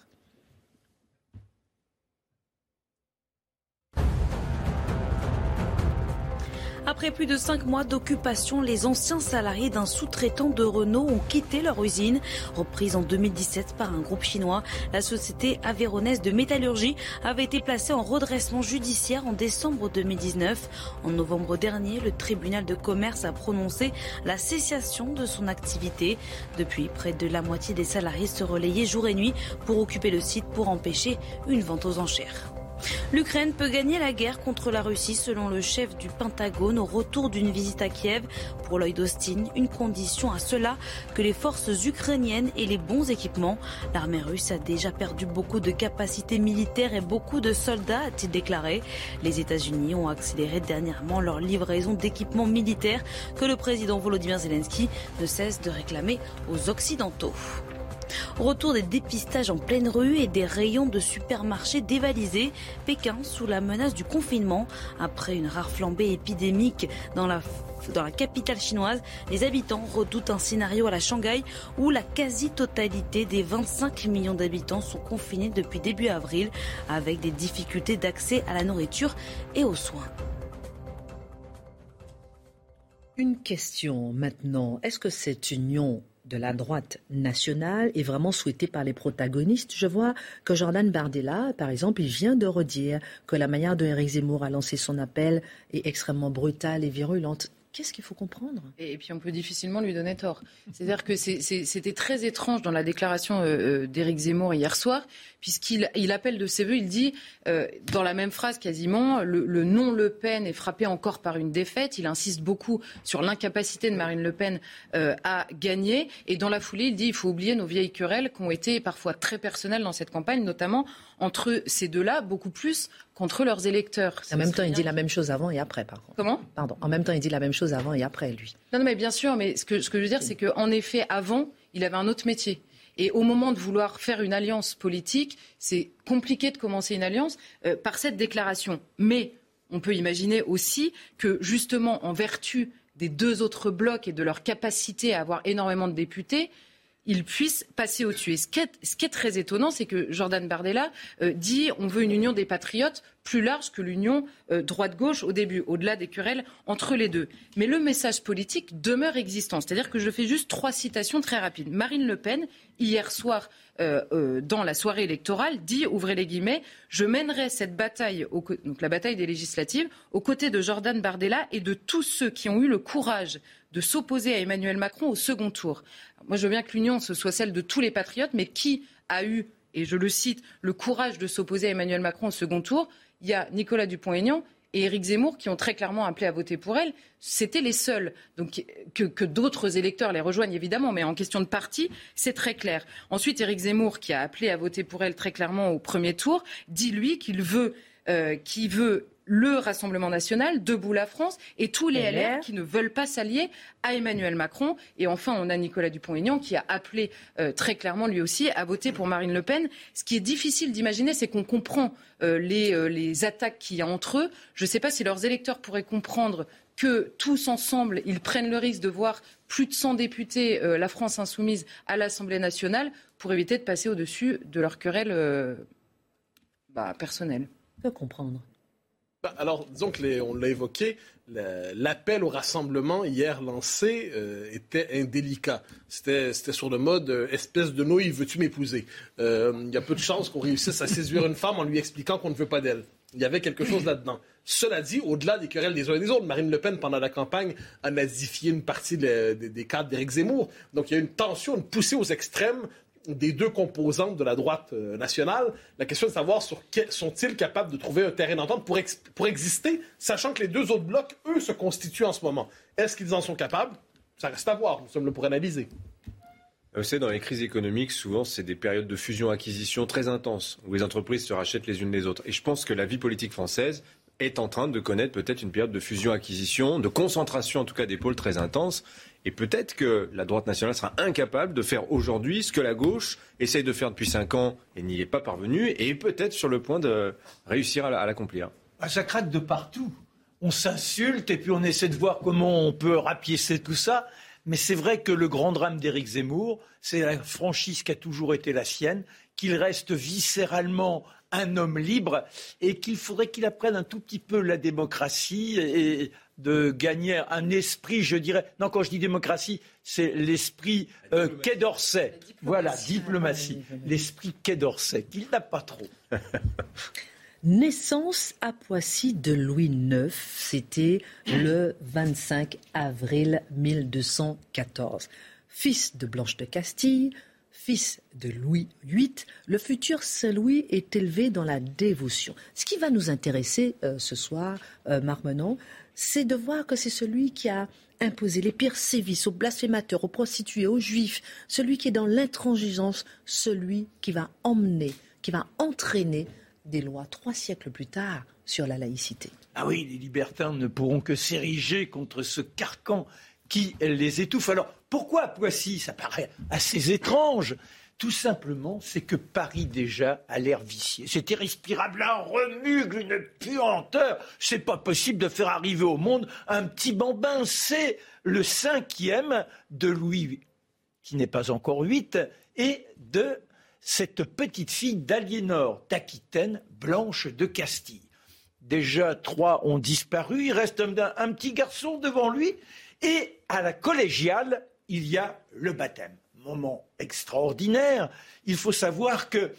Après plus de cinq mois d'occupation, les anciens salariés d'un sous-traitant de Renault ont quitté leur usine. Reprise en deux mille dix-sept par un groupe chinois, la société aveyronnaise de métallurgie avait été placée en redressement judiciaire en décembre deux mille dix-neuf. En novembre dernier, le tribunal de commerce a prononcé la cessation de son activité. Depuis, près de la moitié des salariés se relayaient jour et nuit pour occuper le site pour empêcher une vente aux enchères. L'Ukraine peut gagner la guerre contre la Russie selon le chef du Pentagone au retour d'une visite à Kiev. Pour Lloyd Austin, une condition à cela que les forces ukrainiennes aient les bons équipements. L'armée russe a déjà perdu beaucoup de capacités militaires et beaucoup de soldats, a-t-il déclaré. Les États-Unis ont accéléré dernièrement leur livraison d'équipements militaires que le président Volodymyr Zelensky ne cesse de réclamer aux Occidentaux. Retour des dépistages en pleine rue et des rayons de supermarchés dévalisés. Pékin sous la menace du confinement. Après une rare flambée épidémique dans la, dans la capitale chinoise, les habitants redoutent un scénario à la Shanghai où la quasi-totalité des vingt-cinq millions d'habitants sont confinés depuis début avril avec des difficultés d'accès à la nourriture et aux soins. Une question maintenant. Est-ce que cette union de la droite nationale est vraiment souhaitée par les protagonistes? Je vois que Jordan Bardella, par exemple, il vient de redire que la manière dont Éric Zemmour a lancé son appel est extrêmement brutale et virulente. Qu'est-ce qu'il faut comprendre ? Et puis on peut difficilement lui donner tort. C'est-à-dire que c'est, c'est, c'était très étrange dans la déclaration euh, d'Éric Zemmour hier soir, puisqu'il il appelle de ses voeux, il dit, euh, dans la même phrase quasiment, le, le non Le Pen est frappé encore par une défaite. Il insiste beaucoup sur l'incapacité de Marine Le Pen euh, à gagner. Et dans la foulée, il dit, il faut oublier nos vieilles querelles qui ont été parfois très personnelles dans cette campagne, notamment entre ces deux-là, beaucoup plus qu'entre leurs électeurs. En même temps, il dit la même chose avant et après, par contre. Comment ? Pardon. En même temps, il dit la même chose avant et après, lui. Non, non, mais bien sûr, mais ce que, ce que je veux dire, c'est qu'en effet, avant, il avait un autre métier. Et au moment de vouloir faire une alliance politique, c'est compliqué de commencer une alliance euh, par cette déclaration. Mais on peut imaginer aussi que, justement, en vertu des deux autres blocs et de leur capacité à avoir énormément de députés, ils puissent passer au-dessus. Et ce qui est, ce qui est très étonnant, c'est que Jordan Bardella euh, dit on veut une union des patriotes plus large que l'union euh, droite-gauche au début, au-delà des querelles entre les deux. Mais le message politique demeure existant. C'est-à-dire que je fais juste trois citations très rapides. Marine Le Pen, hier soir, euh, euh, dans la soirée électorale, dit, ouvrez les guillemets, je mènerai cette bataille, au, donc la bataille des législatives, aux côtés de Jordan Bardella et de tous ceux qui ont eu le courage de s'opposer à Emmanuel Macron au second tour. Moi, je veux bien que l'union, ce soit celle de tous les patriotes, mais qui a eu, et je le cite, le courage de s'opposer à Emmanuel Macron au second tour ? Il y a Nicolas Dupont-Aignan et Éric Zemmour qui ont très clairement appelé à voter pour elle. C'était les seuls. Donc, que, que d'autres électeurs les rejoignent, évidemment, mais en question de parti, c'est très clair. Ensuite, Éric Zemmour, qui a appelé à voter pour elle très clairement au premier tour, dit, lui, qu'il veut, euh, qu'il veut le Rassemblement national, Debout la France et tous les L R, L R qui ne veulent pas s'allier à Emmanuel Macron. Et enfin, on a Nicolas Dupont-Aignan qui a appelé euh, très clairement lui aussi à voter pour Marine Le Pen. Ce qui est difficile d'imaginer, c'est qu'on comprend euh, les, euh, les attaques qu'il y a entre eux. Je ne sais pas si leurs électeurs pourraient comprendre que tous ensemble, ils prennent le risque de voir plus de cent députés, euh, la France insoumise, à l'Assemblée nationale, pour éviter de passer au-dessus de leur querelle euh, bah, personnelle. On peut comprendre. Bah, alors, disons que les, on l'a évoqué, le, l'appel au rassemblement hier lancé euh, était indélicat. C'était, c'était sur le mode euh, espèce de nouille, veux-tu m'épouser? Euh, il y a peu de chances qu'on réussisse à séduire une femme en lui expliquant qu'on ne veut pas d'elle. Il y avait quelque chose là-dedans. Cela dit, au-delà des querelles des uns et des autres, Marine Le Pen, pendant la campagne, a nazifié une partie de, de, des cadres d'Éric Zemmour. Donc il y a une tension, une poussée aux extrêmes des deux composantes de la droite euh, nationale. La question est de savoir sur quel, sont-ils capables de trouver un terrain d'entente pour, ex, pour exister, sachant que les deux autres blocs, eux, se constituent en ce moment. Est-ce qu'ils en sont capables? Ça reste à voir. Nous sommes là pour analyser. Vous savez, dans les crises économiques, souvent, c'est des périodes de fusion-acquisition très intenses, où les entreprises se rachètent les unes les autres. Et je pense que la vie politique française est en train de connaître peut-être une période de fusion-acquisition, de concentration en tout cas des pôles très intenses. Et peut-être que la droite nationale sera incapable de faire aujourd'hui ce que la gauche essaye de faire depuis cinq ans et n'y est pas parvenue, et est peut-être sur le point de réussir à l'accomplir. Ah, ça craque de partout. On s'insulte et puis on essaie de voir comment on peut rapiécer tout ça. Mais c'est vrai que le grand drame d'Éric Zemmour, c'est la franchise qui a toujours été la sienne, qu'il reste viscéralement un homme libre et qu'il faudrait qu'il apprenne un tout petit peu la démocratie et de gagner un esprit, je dirais... Non, quand je dis démocratie, c'est l'esprit euh, Quai d'Orsay. Voilà, diplomatie. L'esprit Quai d'Orsay, qu'il n'a pas trop. Naissance à Poissy de Louis neuf, c'était le vingt-cinq avril mille deux cent quatorze. Fils de Blanche de Castille, fils de Louis huit, le futur Saint-Louis est élevé dans la dévotion. Ce qui va nous intéresser euh, ce soir, euh, Marc Menon, c'est de voir que c'est celui qui a imposé les pires sévices aux blasphémateurs, aux prostituées, aux juifs, celui qui est dans l'intransigeance, celui qui va emmener, qui va entraîner des lois trois siècles plus tard sur la laïcité. Ah oui, les libertins ne pourront que s'ériger contre ce carcan qui les étouffe. Alors, pourquoi Poissy? Ça paraît assez étrange. Tout simplement, c'est que Paris déjà a l'air vicié. C'est irrespirable, un remugle, une puanteur. C'est pas possible de faire arriver au monde un petit bambin. C'est le cinquième de Louis, qui n'est pas encore huit, et de cette petite fille d'Aliénor d'Aquitaine, Blanche de Castille. Déjà, trois ont disparu, il reste un, un petit garçon devant lui, et à la collégiale, il y a le baptême. Moment extraordinaire. Il faut savoir que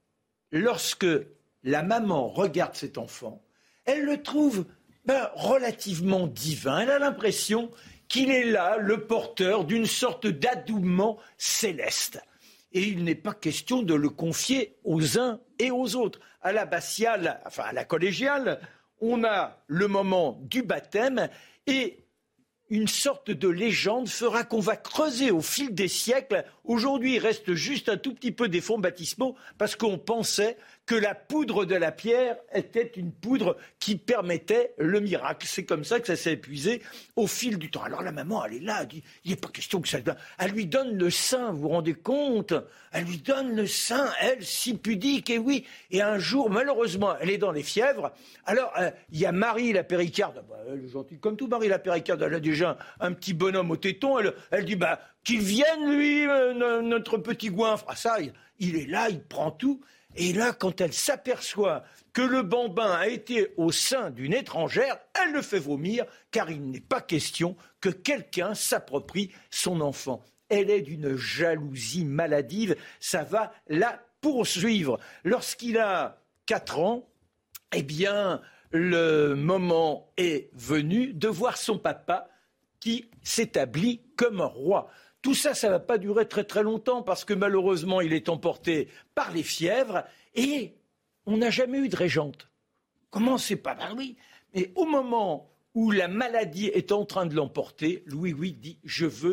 lorsque la maman regarde cet enfant, elle le trouve ben, relativement divin. Elle a l'impression qu'il est là, le porteur d'une sorte d'adoubement céleste. Et il n'est pas question de le confier aux uns et aux autres. À l'abbatiale, enfin à la collégiale, on a le moment du baptême et une sorte de légende fera qu'on va creuser au fil des siècles. Aujourd'hui, il reste juste un tout petit peu des fonds baptismaux parce qu'on pensait que la poudre de la pierre était une poudre qui permettait le miracle. C'est comme ça que ça s'est épuisé au fil du temps. Alors la maman, elle est là, elle dit, il n'est pas question que ça... Elle lui donne le sein, vous vous rendez compte? Elle lui donne le sein, elle, si pudique, et oui. Et un jour, malheureusement, elle est dans les fièvres. Alors, euh, il y a Marie la Péricarde. Bah, elle est gentille comme tout, Marie la Péricarde. Elle a déjà un petit bonhomme au téton. Elle, elle dit, bah, qu'il vienne, lui, euh, notre petit goinfre. Ah ça, il, il est là, il prend tout. Et là, quand elle s'aperçoit que le bambin a été au sein d'une étrangère, elle le fait vomir, car il n'est pas question que quelqu'un s'approprie son enfant. Elle est d'une jalousie maladive, ça va la poursuivre. Lorsqu'il a quatre ans, eh bien, le moment est venu de voir son papa qui s'établit comme roi. Tout ça, ça ne va pas durer très très longtemps parce que malheureusement, il est emporté par les fièvres et on n'a jamais eu de régente. Comment c'est pas? Ben oui, mais au moment où la maladie est en train de l'emporter, Louis huit dit « Je veux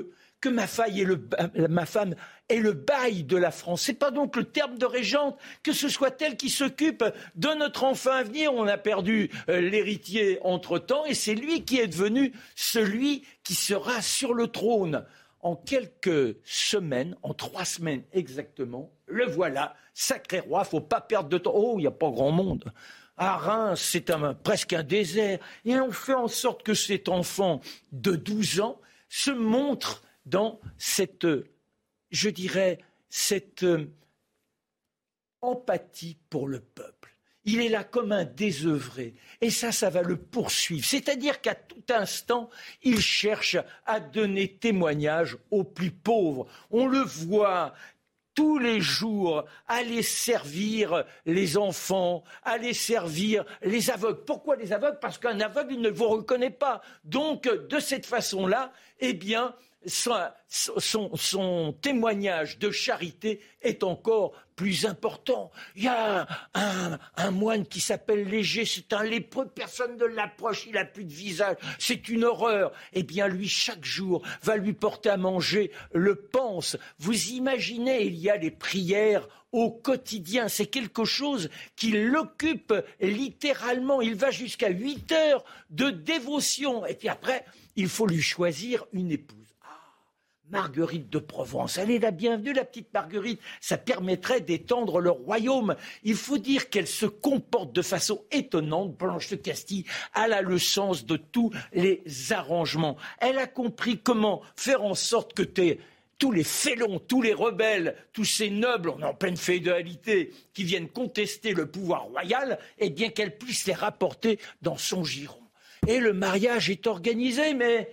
que ma, faille est le, ma femme est le bail de la France. C'est pas donc le terme de régente, que ce soit elle qui s'occupe de notre enfant à venir. On a perdu euh, l'héritier entre-temps et c'est lui qui est devenu celui qui sera sur le trône. En quelques semaines, en trois semaines exactement, le voilà, sacré roi, faut pas perdre de temps. Oh, il n'y a pas grand monde. À Reims, c'est un, presque un désert. Et on fait en sorte que cet enfant de douze ans se montre dans cette, je dirais, cette empathie pour le peuple. Il est là comme un désœuvré. Et ça, ça va le poursuivre. C'est-à-dire qu'à tout instant, il cherche à donner témoignage aux plus pauvres. On le voit tous les jours aller servir les enfants, aller servir les aveugles. Pourquoi les aveugles ? Parce qu'un aveugle, il ne vous reconnaît pas. Donc, de cette façon-là, eh bien, son, son, son témoignage de charité est encore plus important. Il y a un, un moine qui s'appelle Léger, c'est un lépreux, personne ne l'approche, il n'a plus de visage, c'est une horreur. Eh bien, lui, chaque jour, va lui porter à manger le panse. Vous imaginez, il y a les prières au quotidien, c'est quelque chose qui l'occupe littéralement. Il va jusqu'à huit heures de dévotion. Et puis après, il faut lui choisir une épouse. Marguerite de Provence, elle est la bienvenue, la petite Marguerite. Ça permettrait d'étendre le royaume. Il faut dire qu'elle se comporte de façon étonnante. Blanche de Castille, elle a le sens de tous les arrangements. Elle a compris comment faire en sorte que t'es tous les félons, tous les rebelles, tous ces nobles, on est en pleine féodalité, qui viennent contester le pouvoir royal, eh bien qu'elle puisse les rapporter dans son giron. Et le mariage est organisé, mais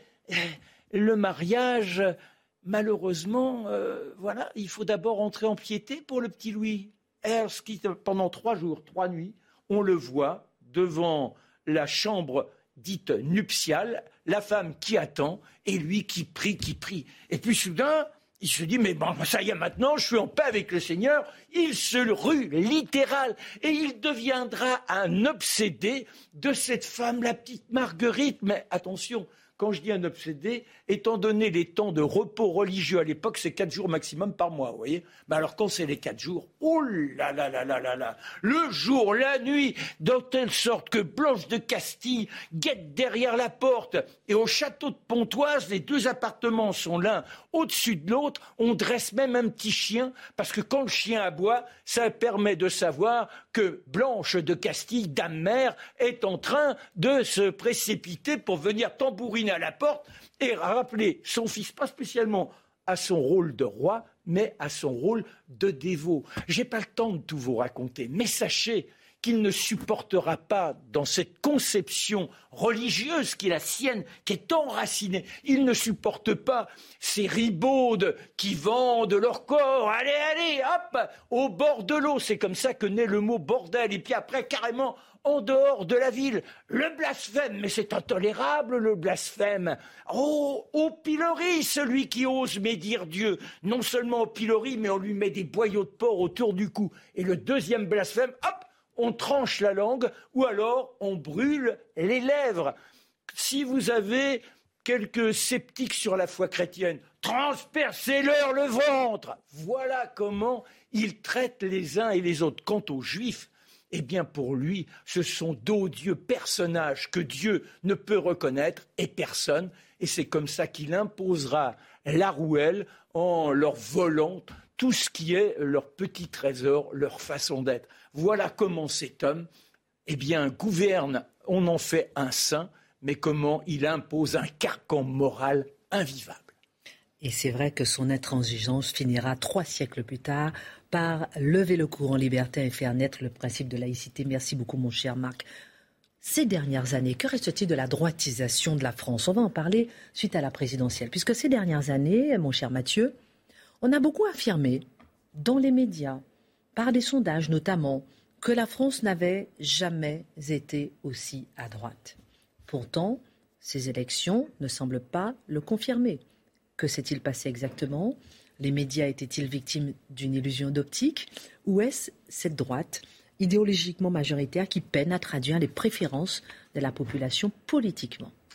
le mariage... Malheureusement, euh, voilà, il faut d'abord entrer en piété pour le petit Louis. Erskine, pendant trois jours, trois nuits, on le voit devant la chambre dite nuptiale, la femme qui attend et lui qui prie, qui prie. Et puis soudain, il se dit, mais bon, ça y est, maintenant, je suis en paix avec le Seigneur. Il se rue littéral et il deviendra un obsédé de cette femme, la petite Marguerite. Mais attention, quand je dis un obsédé, étant donné les temps de repos religieux à l'époque, c'est quatre jours maximum par mois, vous voyez. Mais alors quand c'est les quatre jours, oh là là là là là là, le jour, la nuit, de telle sorte que Blanche de Castille guette derrière la porte. Et au château de Pontoise, les deux appartements sont l'un au-dessus de l'autre. On dresse même un petit chien, parce que quand le chien aboie, ça permet de savoir que Blanche de Castille, dame mère, est en train de se précipiter pour venir tambouriner à la porte et rappeler son fils, pas spécialement à son rôle de roi, mais à son rôle de dévot. J'ai pas le temps de tout vous raconter, mais sachez qu'il ne supportera pas, dans cette conception religieuse qui est la sienne, qui est enracinée, il ne supporte pas ces ribaudes qui vendent leur corps, allez, allez, hop, au bord de l'eau, c'est comme ça que naît le mot bordel, et puis après, carrément, en dehors de la ville, le blasphème, mais c'est intolérable le blasphème. Oh, au pilori, celui qui ose médire Dieu, non seulement au pilori, mais on lui met des boyaux de porc autour du cou. Et le deuxième blasphème, hop, on tranche la langue, ou alors on brûle les lèvres. Si vous avez quelques sceptiques sur la foi chrétienne, transpercez-leur le ventre. Voilà comment ils traitent les uns et les autres. Quant aux Juifs, eh bien pour lui, ce sont d'odieux personnages que Dieu ne peut reconnaître et personne. Et c'est comme ça qu'il imposera la rouelle en leur volant tout ce qui est leur petit trésor, leur façon d'être. Voilà comment cet homme, eh bien, gouverne, on en fait un saint, mais comment il impose un carcan moral invivable. Et c'est vrai que son intransigeance finira trois siècles plus tard par lever le courant libertin et faire naître le principe de laïcité. Merci beaucoup, mon cher Marc. Ces dernières années, que reste-t-il de la droitisation de la France ? On va en parler suite à la présidentielle. Puisque ces dernières années, mon cher Mathieu, on a beaucoup affirmé, dans les médias, par des sondages notamment, que la France n'avait jamais été aussi à droite. Pourtant, ces élections ne semblent pas le confirmer. Que s'est-il passé exactement ? Les médias étaient-ils victimes d'une illusion d'optique ? Ou est-ce cette droite idéologiquement majoritaire qui peine à traduire les préférences de la population politiquement ?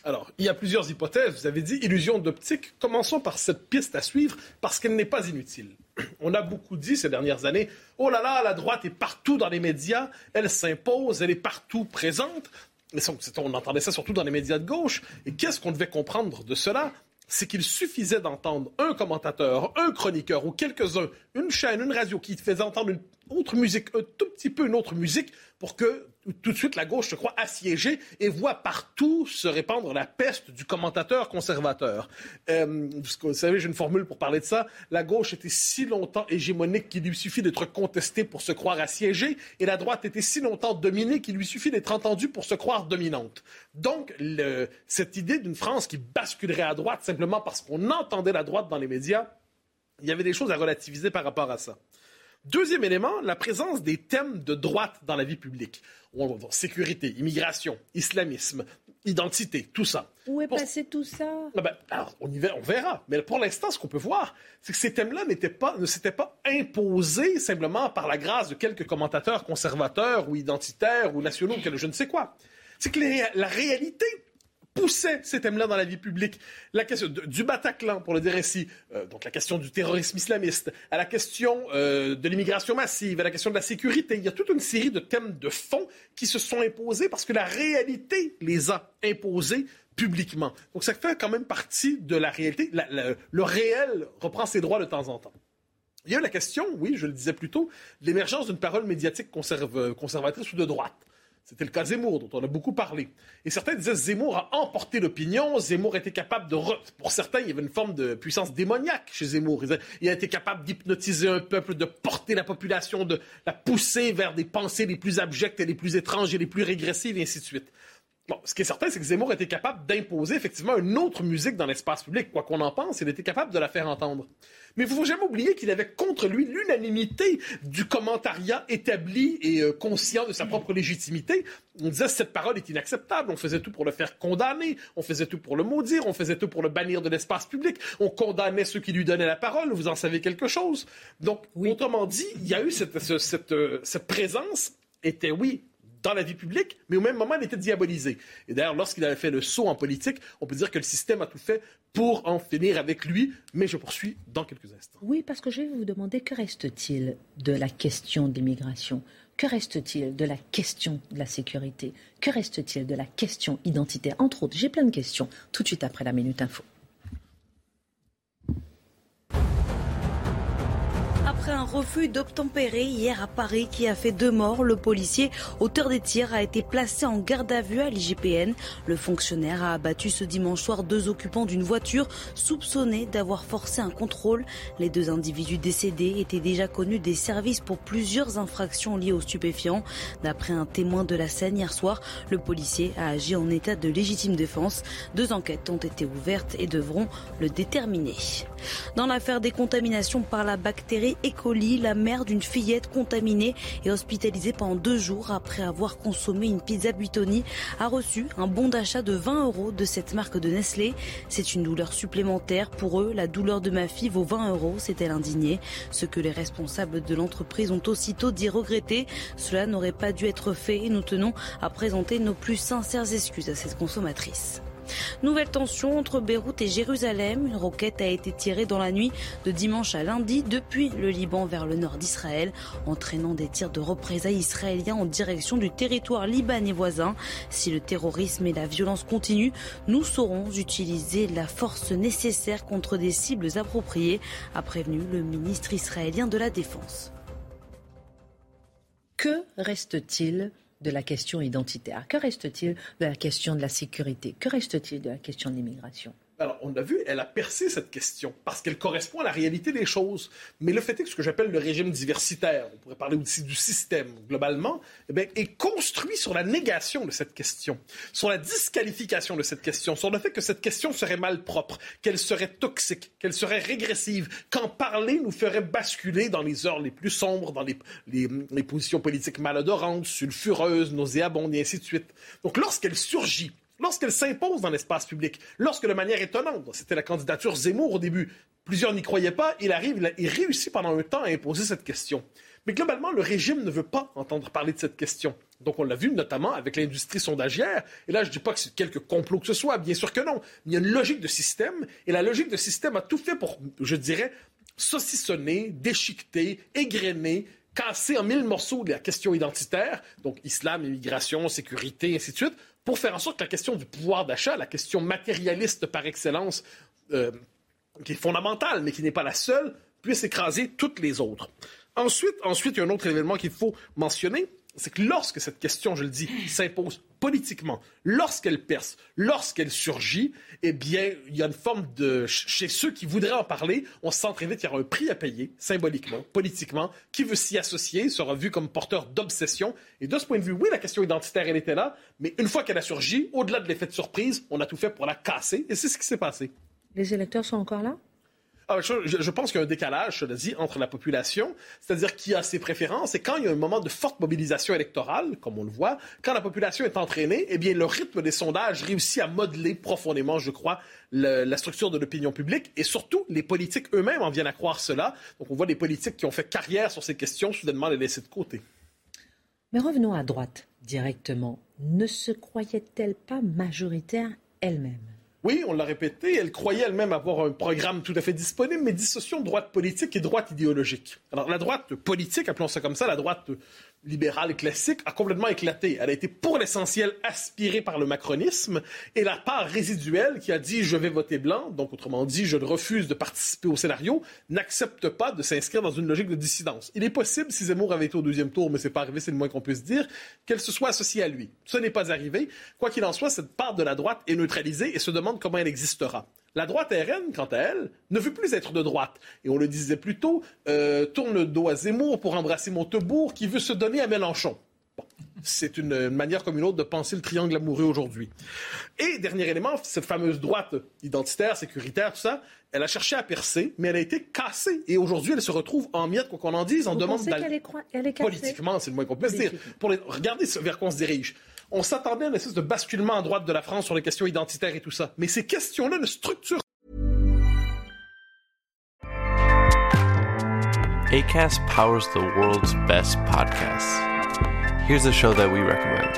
Alors, il y a plusieurs hypothèses. Vous avez dit illusion d'optique. Commençons par cette piste à suivre parce qu'elle n'est pas inutile. On a beaucoup dit ces dernières années, oh là là, la droite est partout dans les médias, elle s'impose, elle est partout présente. On entendait ça surtout dans les médias de gauche. Et qu'est-ce qu'on devait comprendre de cela? C'est qu'il suffisait d'entendre un commentateur, un chroniqueur ou quelques-uns, une chaîne, une radio qui faisait entendre une autre musique, un tout petit peu une autre musique, pour que tout de suite la gauche se croit assiégée et voit partout se répandre la peste du commentateur conservateur. Euh, vous savez, j'ai une formule pour parler de ça. La gauche était si longtemps hégémonique qu'il lui suffit d'être contestée pour se croire assiégée, et la droite était si longtemps dominée qu'il lui suffit d'être entendue pour se croire dominante. Donc, le, cette idée d'une France qui basculerait à droite simplement parce qu'on entendait la droite dans les médias, il y avait des choses à relativiser par rapport à ça. Deuxième élément, la présence des thèmes de droite dans la vie publique. Sécurité, immigration, islamisme, identité, tout ça. Où est pour... passé tout ça? Ah ben, alors, on, y verra, on verra. Mais pour l'instant, ce qu'on peut voir, c'est que ces thèmes-là n'étaient pas, ne s'étaient pas imposés simplement par la grâce de quelques commentateurs conservateurs ou identitaires ou nationaux, ou je ne sais quoi. C'est que les, la réalité poussait ces thèmes-là dans la vie publique. La question de, du Bataclan, pour le dire ainsi, euh, donc la question du terrorisme islamiste, à la question euh, de l'immigration massive, à la question de la sécurité. Il y a toute une série de thèmes de fond qui se sont imposés parce que la réalité les a imposés publiquement. Donc ça fait quand même partie de la réalité. La, la, le réel reprend ses droits de temps en temps. Il y a la question, oui, je le disais plus tôt, de l'émergence d'une parole médiatique conserve, conservatrice ou de droite. C'était le cas Zemmour, dont on a beaucoup parlé. Et certains disaient Zemmour a emporté l'opinion, Zemmour était capable de... Re... Pour certains, il y avait une forme de puissance démoniaque chez Zemmour. Il a été capable d'hypnotiser un peuple, de porter la population, de la pousser vers des pensées les plus abjectes et les plus étranges et les plus régressives, et ainsi de suite. Bon, ce qui est certain, c'est que Zemmour était capable d'imposer effectivement une autre musique dans l'espace public. Quoi qu'on en pense, il était capable de la faire entendre. Mais il ne faut jamais oublier qu'il avait contre lui l'unanimité du commentariat établi et euh, conscient de sa propre légitimité. On disait cette parole est inacceptable, on faisait tout pour le faire condamner, on faisait tout pour le maudire, on faisait tout pour le bannir de l'espace public, on condamnait ceux qui lui donnaient la parole, vous en savez quelque chose. Donc, oui. Autrement dit, il y a eu cette, cette, cette, euh, cette présence, était oui, dans la vie publique, mais au même moment, elle était diabolisée. Et d'ailleurs, lorsqu'il avait fait le saut en politique, on peut dire que le système a tout fait pour en finir avec lui, mais je poursuis dans quelques instants. Oui, parce que je vais vous demander, que reste-t-il de la question de l'immigration? Que reste-t-il de la question de la sécurité? Que reste-t-il de la question identitaire? Entre autres, j'ai plein de questions, tout de suite après la Minute Info. Après un refus d'obtempérer hier à Paris qui a fait deux morts, le policier auteur des tirs a été placé en garde à vue à l'I G P N. Le fonctionnaire a abattu ce dimanche soir deux occupants d'une voiture soupçonnés d'avoir forcé un contrôle. Les deux individus décédés étaient déjà connus des services pour plusieurs infractions liées aux stupéfiants. D'après un témoin de la scène hier soir, le policier a agi en état de légitime défense. Deux enquêtes ont été ouvertes et devront le déterminer. Dans l'affaire des contaminations par la bactérie E. coli, la mère d'une fillette contaminée et hospitalisée pendant deux jours après avoir consommé une pizza Buitoni a reçu un bon d'achat de vingt euros de cette marque de Nestlé. C'est une douleur supplémentaire. Pour eux, la douleur de ma fille vaut vingt euros, s'est-elle indignée. Ce que les responsables de l'entreprise ont aussitôt dit regretter. Cela n'aurait pas dû être fait et nous tenons à présenter nos plus sincères excuses à cette consommatrice. Nouvelle tension entre Beyrouth et Jérusalem. Une roquette a été tirée dans la nuit de dimanche à lundi depuis le Liban vers le nord d'Israël, entraînant des tirs de représailles israéliens en direction du territoire libanais voisin. Si le terrorisme et la violence continuent, nous saurons utiliser la force nécessaire contre des cibles appropriées, a prévenu le ministre israélien de la Défense. Que reste-t-il de la question identitaire? Que reste-t-il de la question de la sécurité? Que reste-t-il de la question de l'immigration? Alors, on l'a vu, elle a percé cette question parce qu'elle correspond à la réalité des choses. Mais le fait est que ce que j'appelle le régime diversitaire, on pourrait parler aussi du système globalement, eh bien, est construit sur la négation de cette question, sur la disqualification de cette question, sur le fait que cette question serait malpropre, qu'elle serait toxique, qu'elle serait régressive, qu'en parler nous ferait basculer dans les heures les plus sombres, dans les, les, les positions politiques malodorantes, sulfureuses, nauséabondes et ainsi de suite. Donc, lorsqu'elle surgit, lorsqu'elle s'impose dans l'espace public, lorsque de manière étonnante, c'était la candidature Zemmour au début, plusieurs n'y croyaient pas, il arrive, il réussit pendant un temps à imposer cette question. Mais globalement, le régime ne veut pas entendre parler de cette question. Donc, on l'a vu notamment avec l'industrie sondagière. Et là, je ne dis pas que c'est quelque complot que ce soit, bien sûr que non. Mais il y a une logique de système. Et la logique de système a tout fait pour, je dirais, saucissonner, déchiqueter, égrener, casser en mille morceaux la question identitaire, donc islam, immigration, sécurité, ainsi de suite, pour faire en sorte que la question du pouvoir d'achat, la question matérialiste par excellence, euh, qui est fondamentale, mais qui n'est pas la seule, puisse écraser toutes les autres. Ensuite, ensuite, il y a un autre événement qu'il faut mentionner, c'est que lorsque cette question, je le dis, s'impose politiquement, lorsqu'elle perce, lorsqu'elle surgit, eh bien, il y a une forme de... Chez ceux qui voudraient en parler, on se sent très vite qu'il y aura un prix à payer, symboliquement, politiquement. Qui veut s'y associer sera vu comme porteur d'obsession. Et de ce point de vue, oui, la question identitaire, elle était là, mais une fois qu'elle a surgi, au-delà de l'effet de surprise, on a tout fait pour la casser, et c'est ce qui s'est passé. Les électeurs sont encore là ? Ah, je, je pense qu'il y a un décalage, je le dis, entre la population, c'est-à-dire qui a ses préférences, et quand il y a un moment de forte mobilisation électorale, comme on le voit, quand la population est entraînée, eh bien, le rythme des sondages réussit à modeler profondément, je crois, le, la structure de l'opinion publique, et surtout, les politiques eux-mêmes en viennent à croire cela. Donc, on voit des politiques qui ont fait carrière sur ces questions, soudainement les laisser de côté. Mais revenons à droite, directement. Ne se croyait-elle pas majoritaire elle-même ? Oui, on l'a répété, elle croyait elle-même avoir un programme tout à fait disponible, mais dissociant droite politique et droite idéologique. Alors, la droite politique, appelons ça comme ça, la droite libérale classique, a complètement éclaté. Elle a été pour l'essentiel aspirée par le macronisme, et la part résiduelle qui a dit « je vais voter blanc », donc autrement dit « je refuse de participer au scénario », n'accepte pas de s'inscrire dans une logique de dissidence. Il est possible, si Zemmour avait été au deuxième tour, mais c'est pas arrivé, c'est le moins qu'on puisse dire, qu'elle se soit associée à lui. Ce n'est pas arrivé. Quoi qu'il en soit, cette part de la droite est neutralisée et se demande comment elle existera. La droite R N, quant à elle, ne veut plus être de droite. Et on le disait plus tôt, euh, tourne le dos à Zemmour pour embrasser Montebourg qui veut se donner à Mélenchon. Bon, c'est une, une manière comme une autre de penser le triangle amoureux aujourd'hui. Et dernier élément, cette fameuse droite identitaire, sécuritaire, tout ça, elle a cherché à percer, mais elle a été cassée. Et aujourd'hui, elle se retrouve en miettes, quoi qu'on en dise, en Vous demande pensez qu'elle est, cro- elle est cassée ? Politiquement, c'est le moins qu'on puisse dire. Pour les... Regardez vers quoi on se dirige. On s'attendait à une espèce de basculement à droite de la France sur les questions identitaires et tout ça. Mais ces questions-là ne structurent. Acast powers the world's best podcasts. Here's a show that we recommend.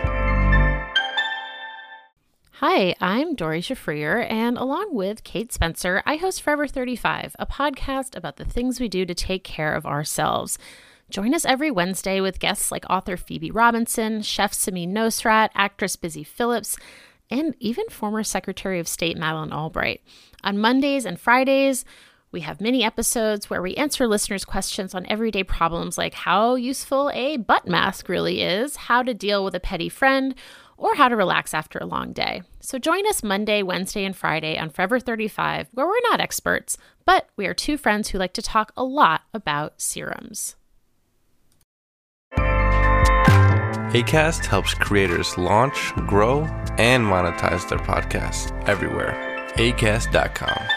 Hi, I'm Dory Shafrier, and along with Kate Spencer, I host Forever thirty-five, a podcast about the things we do to take care of ourselves. Join us every Wednesday with guests like author Phoebe Robinson, chef Samin Nosrat, actress Busy Phillips, and even former Secretary of State Madeleine Albright. On Mondays and Fridays, we have mini episodes where we answer listeners' questions on everyday problems like how useful a butt mask really is, how to deal with a petty friend, or how to relax after a long day. So join us Monday, Wednesday, and Friday on Forever thirty-five, where we're not experts, but we are two friends who like to talk a lot about serums. Acast helps creators launch, grow, and monetize their podcasts everywhere. Acast dot com.